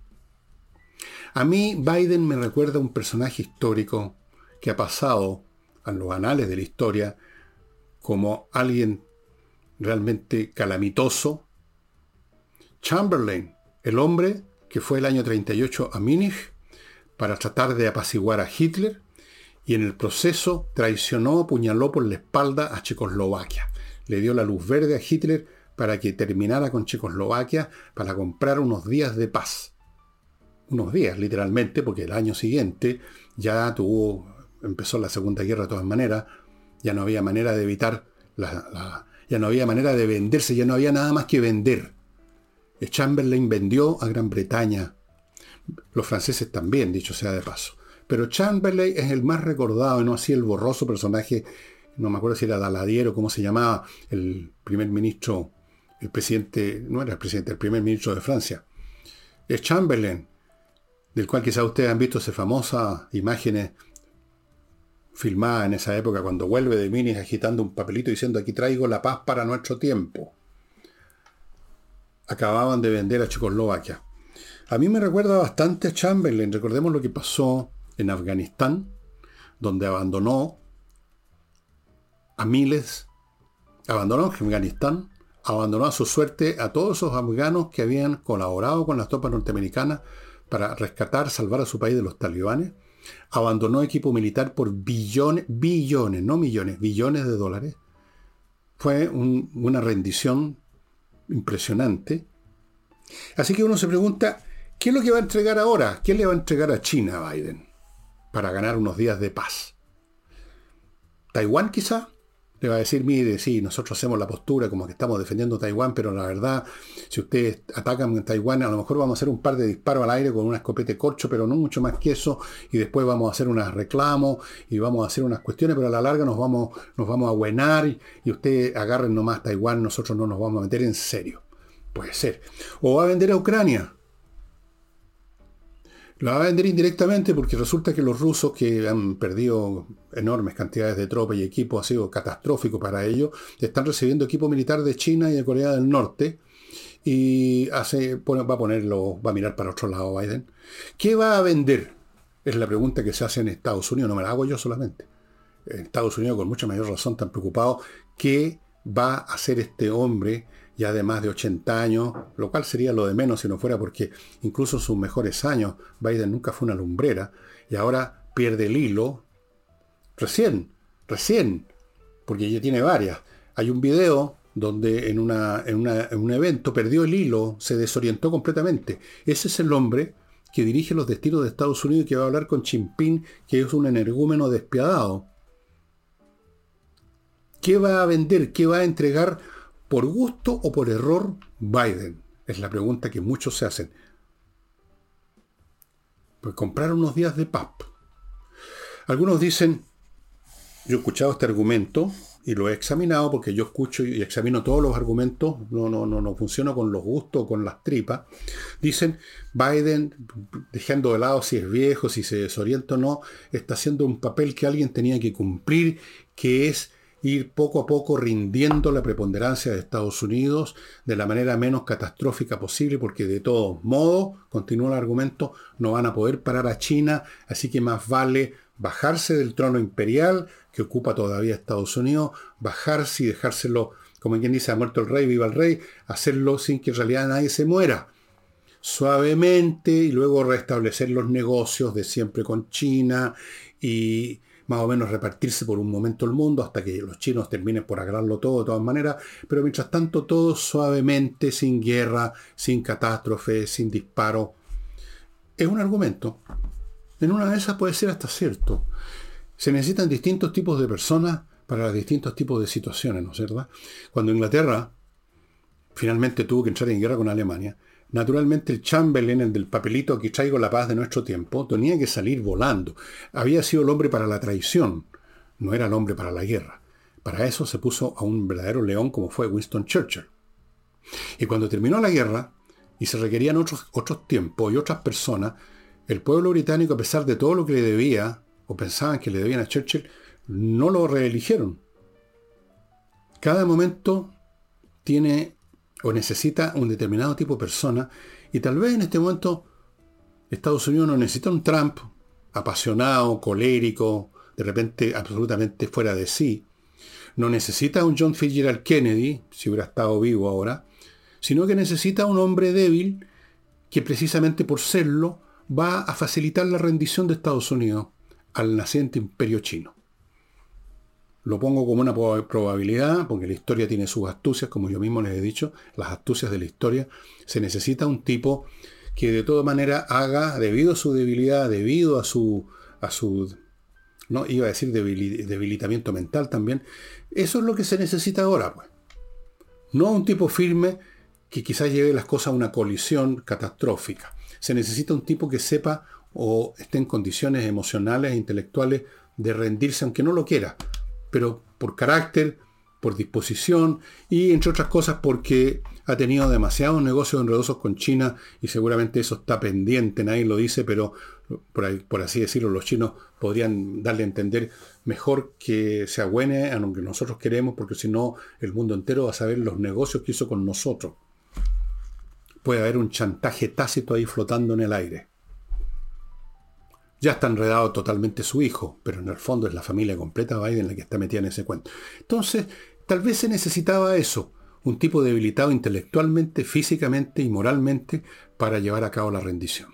A mí Biden me recuerda a un personaje histórico que ha pasado a los anales de la historia como alguien realmente calamitoso. Chamberlain, el hombre que fue el año 38 a Múnich para tratar de apaciguar a Hitler y en el proceso traicionó, apuñaló por la espalda a Checoslovaquia. Le dio la luz verde a Hitler para que terminara con Checoslovaquia para comprar unos días de paz. Unos días, literalmente, porque el año siguiente ya empezó la Segunda Guerra de todas maneras, ya no había manera de evitar, ya no había manera de venderse, ya no había nada más que vender. Chamberlain vendió a Gran Bretaña, los franceses también, dicho sea de paso. Pero Chamberlain es el más recordado, y no así el borroso personaje, no me acuerdo si era Daladier o cómo se llamaba, el primer ministro, el presidente, no era el presidente, el primer ministro de Francia. Es Chamberlain, del cual quizás ustedes han visto esas famosas imágenes filmadas en esa época cuando vuelve de Múnich agitando un papelito diciendo aquí traigo la paz para nuestro tiempo. Acababan de vender a Checoslovaquia. A mí me recuerda bastante a Chamberlain. Recordemos lo que pasó en Afganistán, donde abandonó a miles, abandonó Afganistán, abandonó a su suerte a todos esos afganos que habían colaborado con las tropas norteamericanas para rescatar, salvar a su país de los talibanes. Abandonó equipo militar por billones, no millones, billones de dólares. Fue una rendición impresionante. Así que uno se pregunta, ¿Qué es lo que va a entregar ahora? ¿Qué le va a entregar a China a Biden para ganar unos días de paz? ¿Taiwán quizá? Le va a decir, mire, sí, nosotros hacemos la postura como que estamos defendiendo Taiwán, pero la verdad, si ustedes atacan en Taiwán, a lo mejor vamos a hacer un par de disparos al aire con una escopeta de corcho, pero no mucho más que eso, y después vamos a hacer unos reclamos y vamos a hacer unas cuestiones, pero a la larga nos vamos a ahuenar y ustedes agarren nomás Taiwán, nosotros no nos vamos a meter en serio. Puede ser. O va a vender a Ucrania. La va a vender indirectamente porque resulta que los rusos, que han perdido enormes cantidades de tropas y equipo, ha sido catastrófico para ellos, están recibiendo equipo militar de China y de Corea del Norte y va a mirar para otro lado Biden. ¿Qué va a vender? Es la pregunta que se hace en Estados Unidos, no me la hago yo solamente. En Estados Unidos, con mucha mayor razón, están preocupados. ¿Qué va a hacer este hombre ya de más de 80 años? Lo cual sería lo de menos si no fuera porque incluso en sus mejores años Biden nunca fue una lumbrera y ahora pierde el hilo. Recién, porque ya tiene varias. Hay un video donde en un evento perdió el hilo, se desorientó completamente. Ese es el hombre que dirige los destinos de Estados Unidos y que va a hablar con Xi Jinping, que es un energúmeno despiadado. ¿Qué va a vender? ¿Qué va a entregar por gusto o por error Biden? Es la pregunta que muchos se hacen. Pues comprar unos días de paz. Algunos dicen, yo he escuchado este argumento y lo he examinado porque yo escucho y examino todos los argumentos, no funciono con los gustos o con las tripas. Dicen, Biden, dejando de lado si es viejo, si se desorienta o no, está haciendo un papel que alguien tenía que cumplir, que es ir poco a poco rindiendo la preponderancia de Estados Unidos de la manera menos catastrófica posible, porque de todos modos, continúa el argumento, no van a poder parar a China, así que más vale bajarse del trono imperial que ocupa todavía Estados Unidos, bajarse y dejárselo, como quien dice, ha muerto el rey, viva el rey, hacerlo sin que en realidad nadie se muera. Suavemente y luego restablecer los negocios de siempre con China y más o menos repartirse por un momento el mundo hasta que los chinos terminen por agarrarlo todo de todas maneras, pero mientras tanto todo suavemente, sin guerra, sin catástrofe, sin disparo. Es un argumento. En una de esas puede ser hasta cierto. Se necesitan distintos tipos de personas para distintos tipos de situaciones, ¿no es verdad? Cuando Inglaterra finalmente tuvo que entrar en guerra con Alemania, naturalmente el Chamberlain, el del papelito aquí traigo la paz de nuestro tiempo, tenía que salir volando. Había sido el hombre para la traición, no era el hombre para la guerra. Para eso se puso a un verdadero león como fue Winston Churchill. Y cuando terminó la guerra y se requerían otros tiempos y otras personas, el pueblo británico, a pesar de todo lo que le debía, o pensaban que le debían a Churchill, no lo reeligieron. Cada momento tiene o necesita un determinado tipo de persona, y tal vez en este momento Estados Unidos no necesita un Trump apasionado, colérico, de repente absolutamente fuera de sí, no necesita un John Fitzgerald Kennedy, si hubiera estado vivo ahora, sino que necesita un hombre débil que precisamente por serlo va a facilitar la rendición de Estados Unidos al naciente imperio chino. Lo pongo como una probabilidad, porque la historia tiene sus astucias, como yo mismo les he dicho, las astucias de la historia. Se necesita un tipo que de toda manera haga, debido a su debilidad, debido a su no iba a decir debilitamiento mental también, eso es lo que se necesita ahora, pues. No un tipo firme que quizás lleve las cosas a una colisión catastrófica. Se necesita un tipo que sepa o esté en condiciones emocionales e intelectuales de rendirse, aunque no lo quiera, pero por carácter, por disposición y, entre otras cosas, porque ha tenido demasiados negocios enredosos con China y seguramente eso está pendiente, nadie lo dice, pero por así decirlo, los chinos podrían darle a entender mejor que se agüene a lo que nosotros queremos, porque si no, el mundo entero va a saber los negocios que hizo con nosotros. Puede haber un chantaje tácito ahí flotando en el aire. Ya está enredado totalmente su hijo, pero en el fondo es la familia completa Biden la que está metida en ese cuento. Entonces, tal vez se necesitaba eso, un tipo debilitado intelectualmente, físicamente y moralmente para llevar a cabo la rendición.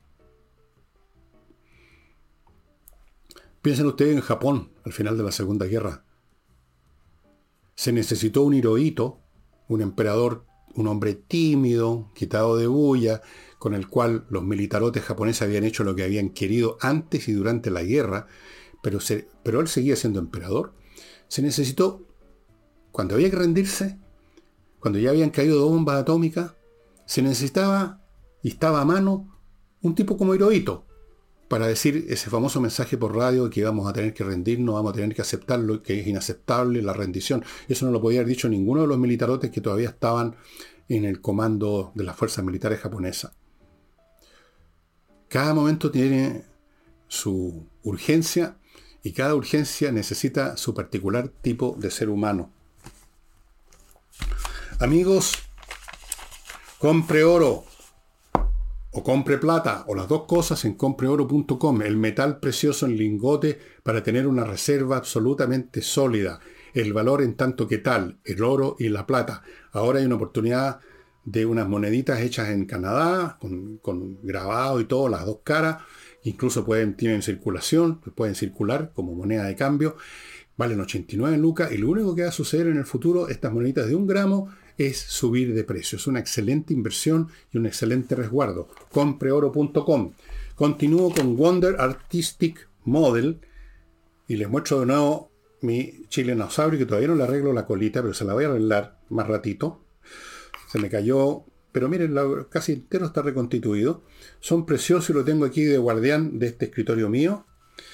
Piensen ustedes en Japón, al final de la Segunda Guerra. Se necesitó un Hirohito, un emperador, un hombre tímido, quitado de bulla, con el cual los militarotes japoneses habían hecho lo que habían querido antes y durante la guerra, pero él seguía siendo emperador. Se necesitó, cuando había que rendirse, cuando ya habían caído 2 bombas atómicas, se necesitaba, y estaba a mano, un tipo como Hirohito, para decir ese famoso mensaje por radio que vamos a tener que rendirnos, vamos a tener que aceptarlo, que es inaceptable la rendición. Eso no lo podía haber dicho ninguno de los militarotes que todavía estaban en el comando de las fuerzas militares japonesas. Cada momento tiene su urgencia y cada urgencia necesita su particular tipo de ser humano. Amigos, compre oro o compre plata, o las dos cosas en compreoro.com, el metal precioso en lingote para tener una reserva absolutamente sólida, el valor en tanto que tal, el oro y la plata. Ahora hay una oportunidad de unas moneditas hechas en Canadá, con grabado y todo, las dos caras, incluso tienen circulación, pueden circular como moneda de cambio, valen 89 lucas, y lo único que va a suceder en el futuro, estas moneditas de 1 gramo, es subir de precio. Es una excelente inversión y un excelente resguardo. Compreoro.com. Continúo con Wonder Artistic Model y les muestro de nuevo mi chilenosaurio, que todavía no le arreglo la colita, pero se la voy a arreglar más ratito. Se me cayó, pero miren, casi entero está reconstituido. Son preciosos y lo tengo aquí de guardián de este escritorio mío.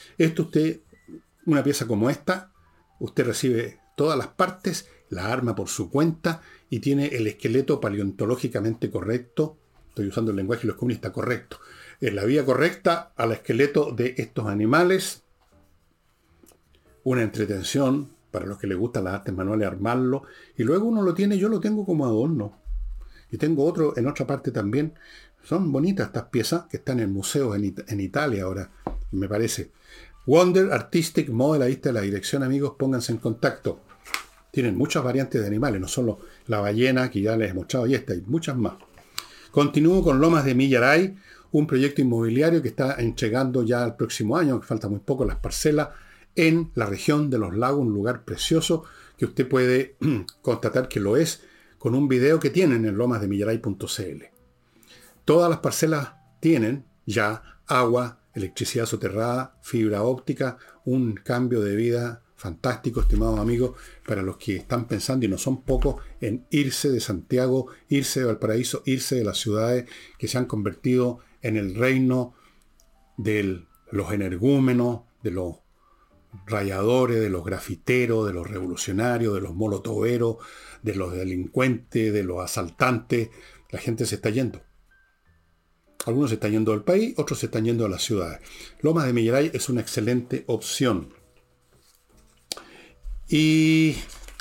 Una pieza como esta, usted recibe todas las partes, la arma por su cuenta y tiene el esqueleto paleontológicamente correcto. Estoy usando el lenguaje de los comunistas, correcto. En la vía correcta al esqueleto de estos animales. Una entretención para los que les gustan las artes manuales, armarlo. Y luego uno lo tiene, yo lo tengo como adorno. Y tengo otro en otra parte también. Son bonitas estas piezas que están en museos en Italia ahora, me parece. Wonder Artistic Model, ahí está la dirección, amigos, pónganse en contacto. Tienen muchas variantes de animales, no solo la ballena que ya les he mostrado y esta, hay muchas más. Continúo con Lomas de Millaray, un proyecto inmobiliario que está entregando ya el próximo año, que falta muy poco, las parcelas en la región de los lagos, un lugar precioso que usted puede constatar que lo es con un video que tienen en lomasdemillaray.cl. Todas las parcelas tienen ya agua, electricidad soterrada, fibra óptica, un cambio de vida fantástico, estimados amigos, para los que están pensando, y no son pocos, en irse de Santiago, irse de Valparaíso, irse de las ciudades que se han convertido en el reino de los energúmenos, de los rayadores, de los grafiteros, de los revolucionarios, de los molotoveros, de los delincuentes, de los asaltantes. La gente se está yendo. Algunos se están yendo del país, otros se están yendo a las ciudades. Lomas de Millaray es una excelente opción. Y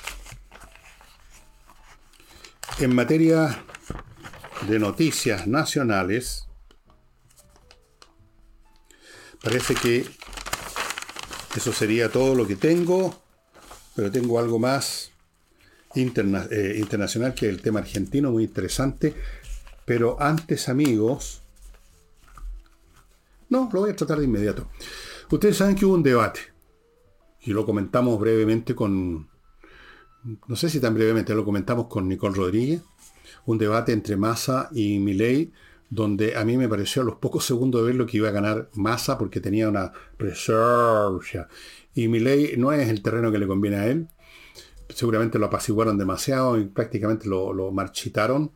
en materia de noticias nacionales, parece que eso sería todo lo que tengo, pero tengo algo más internacional, que el tema argentino, muy interesante. Pero antes, amigos, no, lo voy a tratar de inmediato. Ustedes saben que hubo un debate, y lo comentamos brevemente no sé si tan brevemente, lo comentamos con Nicole Rodríguez, un debate entre Massa y Milei, donde a mí me pareció a los pocos segundos de ver lo que iba a ganar Massa, porque tenía una presencia, y Milei no es el terreno que le conviene a él. Seguramente lo apaciguaron demasiado y prácticamente lo marchitaron.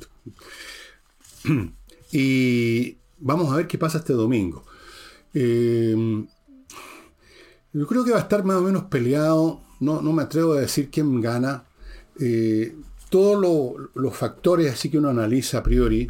Y vamos a ver qué pasa este domingo. Yo creo que va a estar más o menos peleado. No me atrevo a decir quién gana. Todos los factores así que uno analiza a priori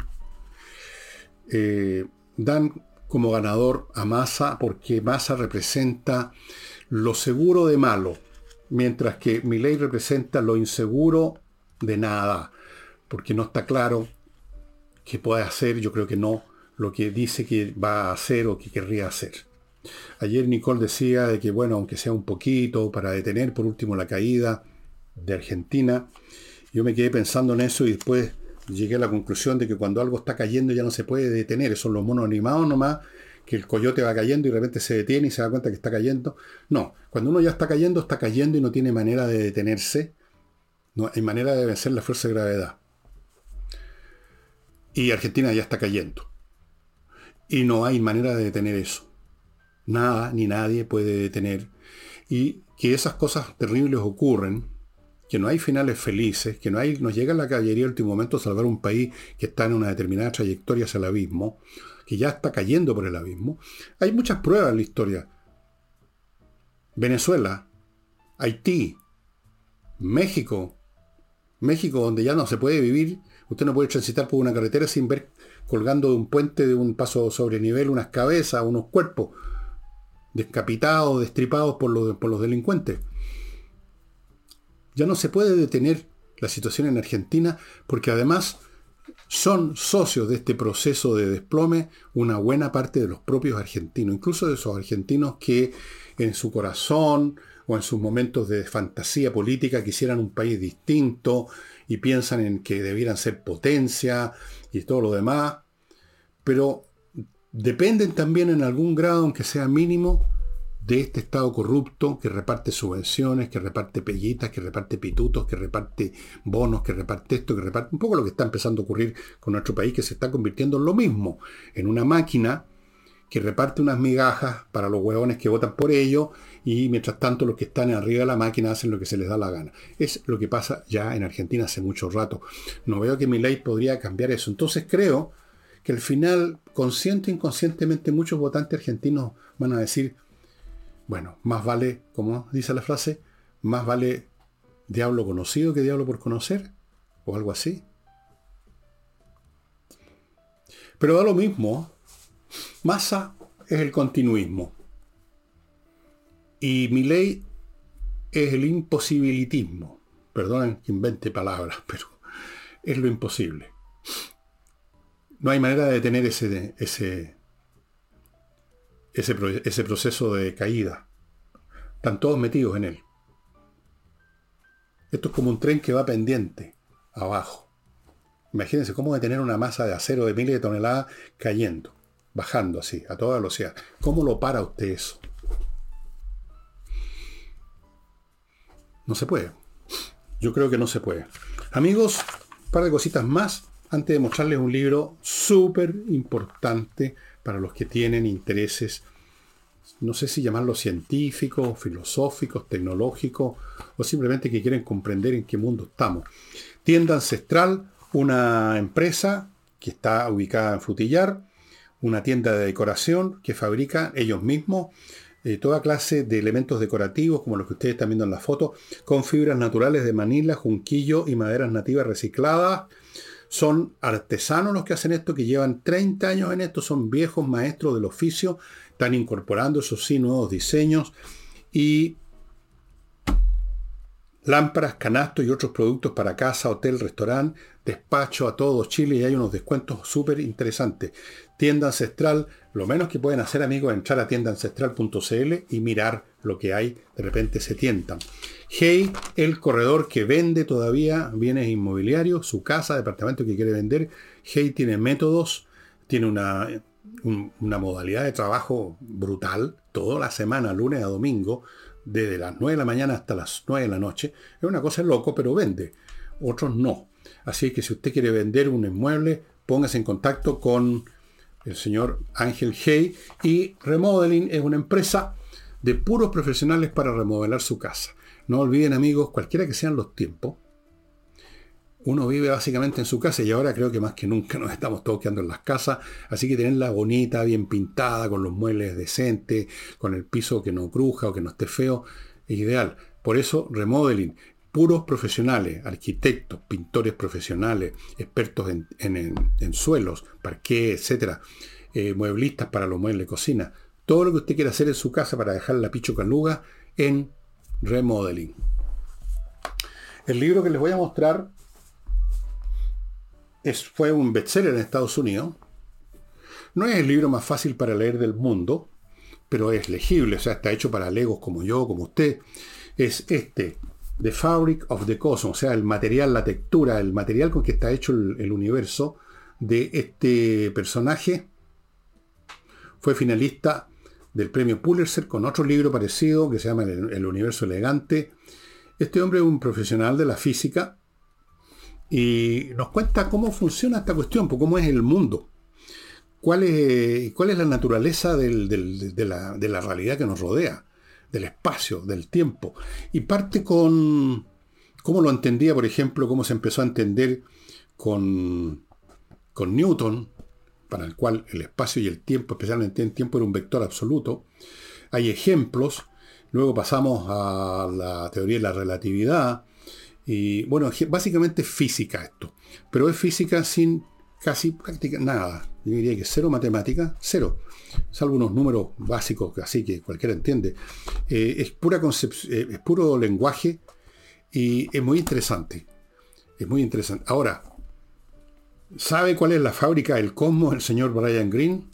dan como ganador a Massa, porque Massa representa lo seguro de malo, mientras que Milei representa lo inseguro de nada, porque no está claro qué puede hacer. Yo creo que no lo que dice que va a hacer o que querría hacer. Ayer Nicole decía de que, bueno, aunque sea un poquito, para detener por último la caída de Argentina. Yo me quedé pensando en eso y después llegué a la conclusión de que cuando algo está cayendo ya no se puede detener. Son los monos animados nomás, que el coyote va cayendo y de repente se detiene y se da cuenta que está cayendo. No, cuando uno ya está cayendo y no tiene manera de detenerse. No hay manera de vencer la fuerza de gravedad. Y Argentina ya está cayendo. Y no hay manera de detener eso. Nada ni nadie puede detener. Y que esas cosas terribles ocurren, que no hay finales felices, que nos llega la caballería al último momento a salvar un país que está en una determinada trayectoria hacia el abismo, que ya está cayendo por el abismo. Hay muchas pruebas en la historia. Venezuela, Haití, México, donde ya no se puede vivir, usted no puede transitar por una carretera sin ver colgando de un puente, de un paso sobre nivel, unas cabezas, unos cuerpos decapitados, destripados por los delincuentes. Ya no se puede detener la situación en Argentina porque además son socios de este proceso de desplome una buena parte de los propios argentinos, incluso de esos argentinos que en su corazón o en sus momentos de fantasía política quisieran un país distinto y piensan en que debieran ser potencia y todo lo demás, pero dependen también en algún grado, aunque sea mínimo, de este Estado corrupto que reparte subvenciones, que reparte pellitas, que reparte pitutos, que reparte bonos, que reparte esto, que reparte un poco lo que está empezando a ocurrir con nuestro país, que se está convirtiendo en lo mismo, en una máquina que reparte unas migajas para los huevones que votan por ello y mientras tanto los que están arriba de la máquina hacen lo que se les da la gana. Es lo que pasa ya en Argentina hace mucho rato. No veo que Milei podría cambiar eso. Entonces creo que al final, consciente e inconscientemente, muchos votantes argentinos van a decir, bueno, más vale, como dice la frase, más vale diablo conocido que diablo por conocer, o algo así. Pero da lo mismo. Massa es el continuismo. Y Milei es el imposibilitismo. Perdonen que invente palabras, pero es lo imposible. No hay manera de detener ese proceso de caída. Están todos metidos en él. Esto es como un tren que va pendiente, abajo. Imagínense cómo detener una masa de acero de miles de toneladas cayendo, bajando así, a toda velocidad. ¿Cómo lo para usted eso? No se puede. Yo creo que no se puede. Amigos, un par de cositas más antes de mostrarles un libro súper importante para los que tienen intereses, no sé si llamarlos científicos, filosóficos, tecnológicos, o simplemente que quieren comprender en qué mundo estamos. Tienda Ancestral, una empresa que está ubicada en Frutillar, una tienda de decoración que fabrica ellos mismos toda clase de elementos decorativos, como los que ustedes están viendo en la foto, con fibras naturales de Manila, junquillo y maderas nativas recicladas. Son artesanos los que hacen esto, que llevan 30 años en esto, son viejos maestros del oficio, están incorporando, eso sí, nuevos diseños y lámparas, canastos y otros productos para casa, hotel, restaurante, despacho a todo Chile, y hay unos descuentos súper interesantes. Tienda Ancestral, lo menos que pueden hacer, amigos, es entrar a tiendaancestral.cl y mirar lo que hay, de repente se tientan. Hey, el corredor que vende todavía bienes inmobiliarios, su casa, departamento que quiere vender. Hey tiene métodos, tiene una modalidad de trabajo brutal, toda la semana, lunes a domingo, desde las 9 de la mañana hasta las 9 de la noche. Es una cosa loco, pero vende. Otros no. Así que si usted quiere vender un inmueble, póngase en contacto con el señor Ángel Hey. Y Remodeling es una empresa de puros profesionales para remodelar su casa. No olviden, amigos, cualquiera que sean los tiempos, uno vive básicamente en su casa y ahora creo que más que nunca nos estamos todos quedando en las casas, así que tenerla bonita, bien pintada, con los muebles decentes, con el piso que no cruja o que no esté feo, es ideal. Por eso, Remodeling, puros profesionales, arquitectos, pintores profesionales, expertos en suelos, parqué, etcétera, mueblistas para los muebles de cocina, todo lo que usted quiera hacer en su casa para dejar la picho caluga en Remodeling. El libro que les voy a mostrar fue un bestseller en Estados Unidos. No es el libro más fácil para leer del mundo, pero es legible, o sea, está hecho para legos como yo, como usted. Es The Fabric of the Cosmos, o sea, el material, la textura, el material con que está hecho el universo de este personaje. Fue finalista del premio Pulitzer con otro libro parecido que se llama El universo elegante. Este hombre es un profesional de la física y nos cuenta cómo funciona esta cuestión, pues, cómo es el mundo, cuál es la naturaleza de la realidad que nos rodea, del espacio, del tiempo. Y parte con cómo lo entendía, por ejemplo, cómo se empezó a entender con Newton, para el cual el espacio y el tiempo, especialmente el tiempo, era un vector absoluto. Hay ejemplos. Luego pasamos a la teoría de la relatividad. Y bueno, básicamente es física esto. Pero es física sin casi práctica nada. Yo diría que cero matemática, cero. Salvo unos números básicos, así que cualquiera entiende. Es pura concepción, es puro lenguaje y es muy interesante. Es muy interesante. Ahora, ¿sabe cuál es la fábrica del cosmos el señor Brian Greene?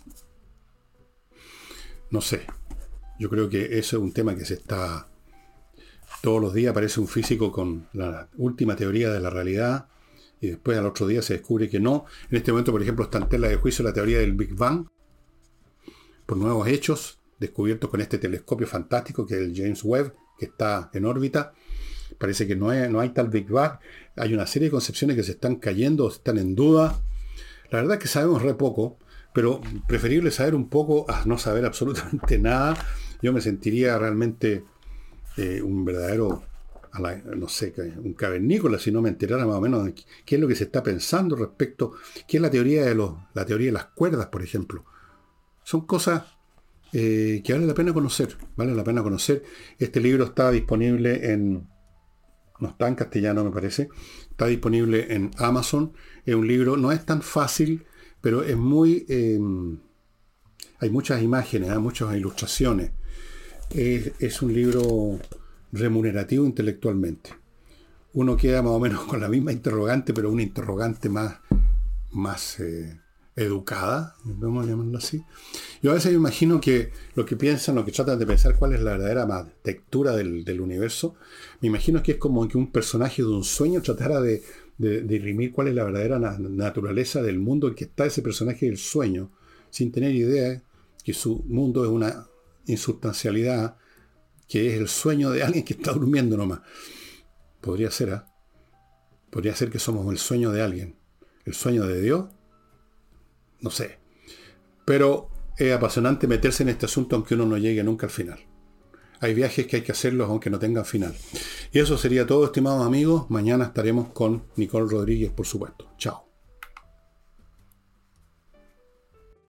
No sé. Yo creo que eso es un tema que se está... Todos los días aparece un físico con la última teoría de la realidad y después al otro día se descubre que no. En este momento, por ejemplo, está en tela de juicio la teoría del Big Bang por nuevos hechos descubiertos con este telescopio fantástico que es el James Webb, que está en órbita. Parece que no hay tal Big Bang. Hay una serie de concepciones que se están cayendo, están en duda. La verdad es que sabemos re poco, pero preferible saber un poco a no saber absolutamente nada. Yo me sentiría realmente un verdadero, no sé, un cavernícola si no me enterara más o menos de qué es lo que se está pensando respecto, qué es la teoría de las cuerdas, por ejemplo. Son cosas que vale la pena conocer. Vale la pena conocer. Este libro está disponible no está en castellano, me parece. Está disponible en Amazon. Es un libro, no es tan fácil, pero es muy... hay muchas imágenes, hay muchas ilustraciones. Es un libro remunerativo intelectualmente. Uno queda más o menos con la misma interrogante, pero una interrogante más educada, vamos a llamarlo así. Yo a veces imagino que lo que piensan, lo que tratan de pensar cuál es la verdadera textura del universo, me imagino que es como que un personaje de un sueño tratara de dirimir cuál es la verdadera naturaleza del mundo en que está ese personaje del sueño, sin tener idea que su mundo es una insustancialidad, que es el sueño de alguien que está durmiendo nomás. Podría ser, ¿eh? Podría ser que somos el sueño de alguien. ¿El sueño de Dios? No sé. Pero es apasionante meterse en este asunto aunque uno no llegue nunca al final. Hay viajes que hay que hacerlos aunque no tengan final. Y eso sería todo, estimados amigos. Mañana estaremos con Nicole Rodríguez, por supuesto.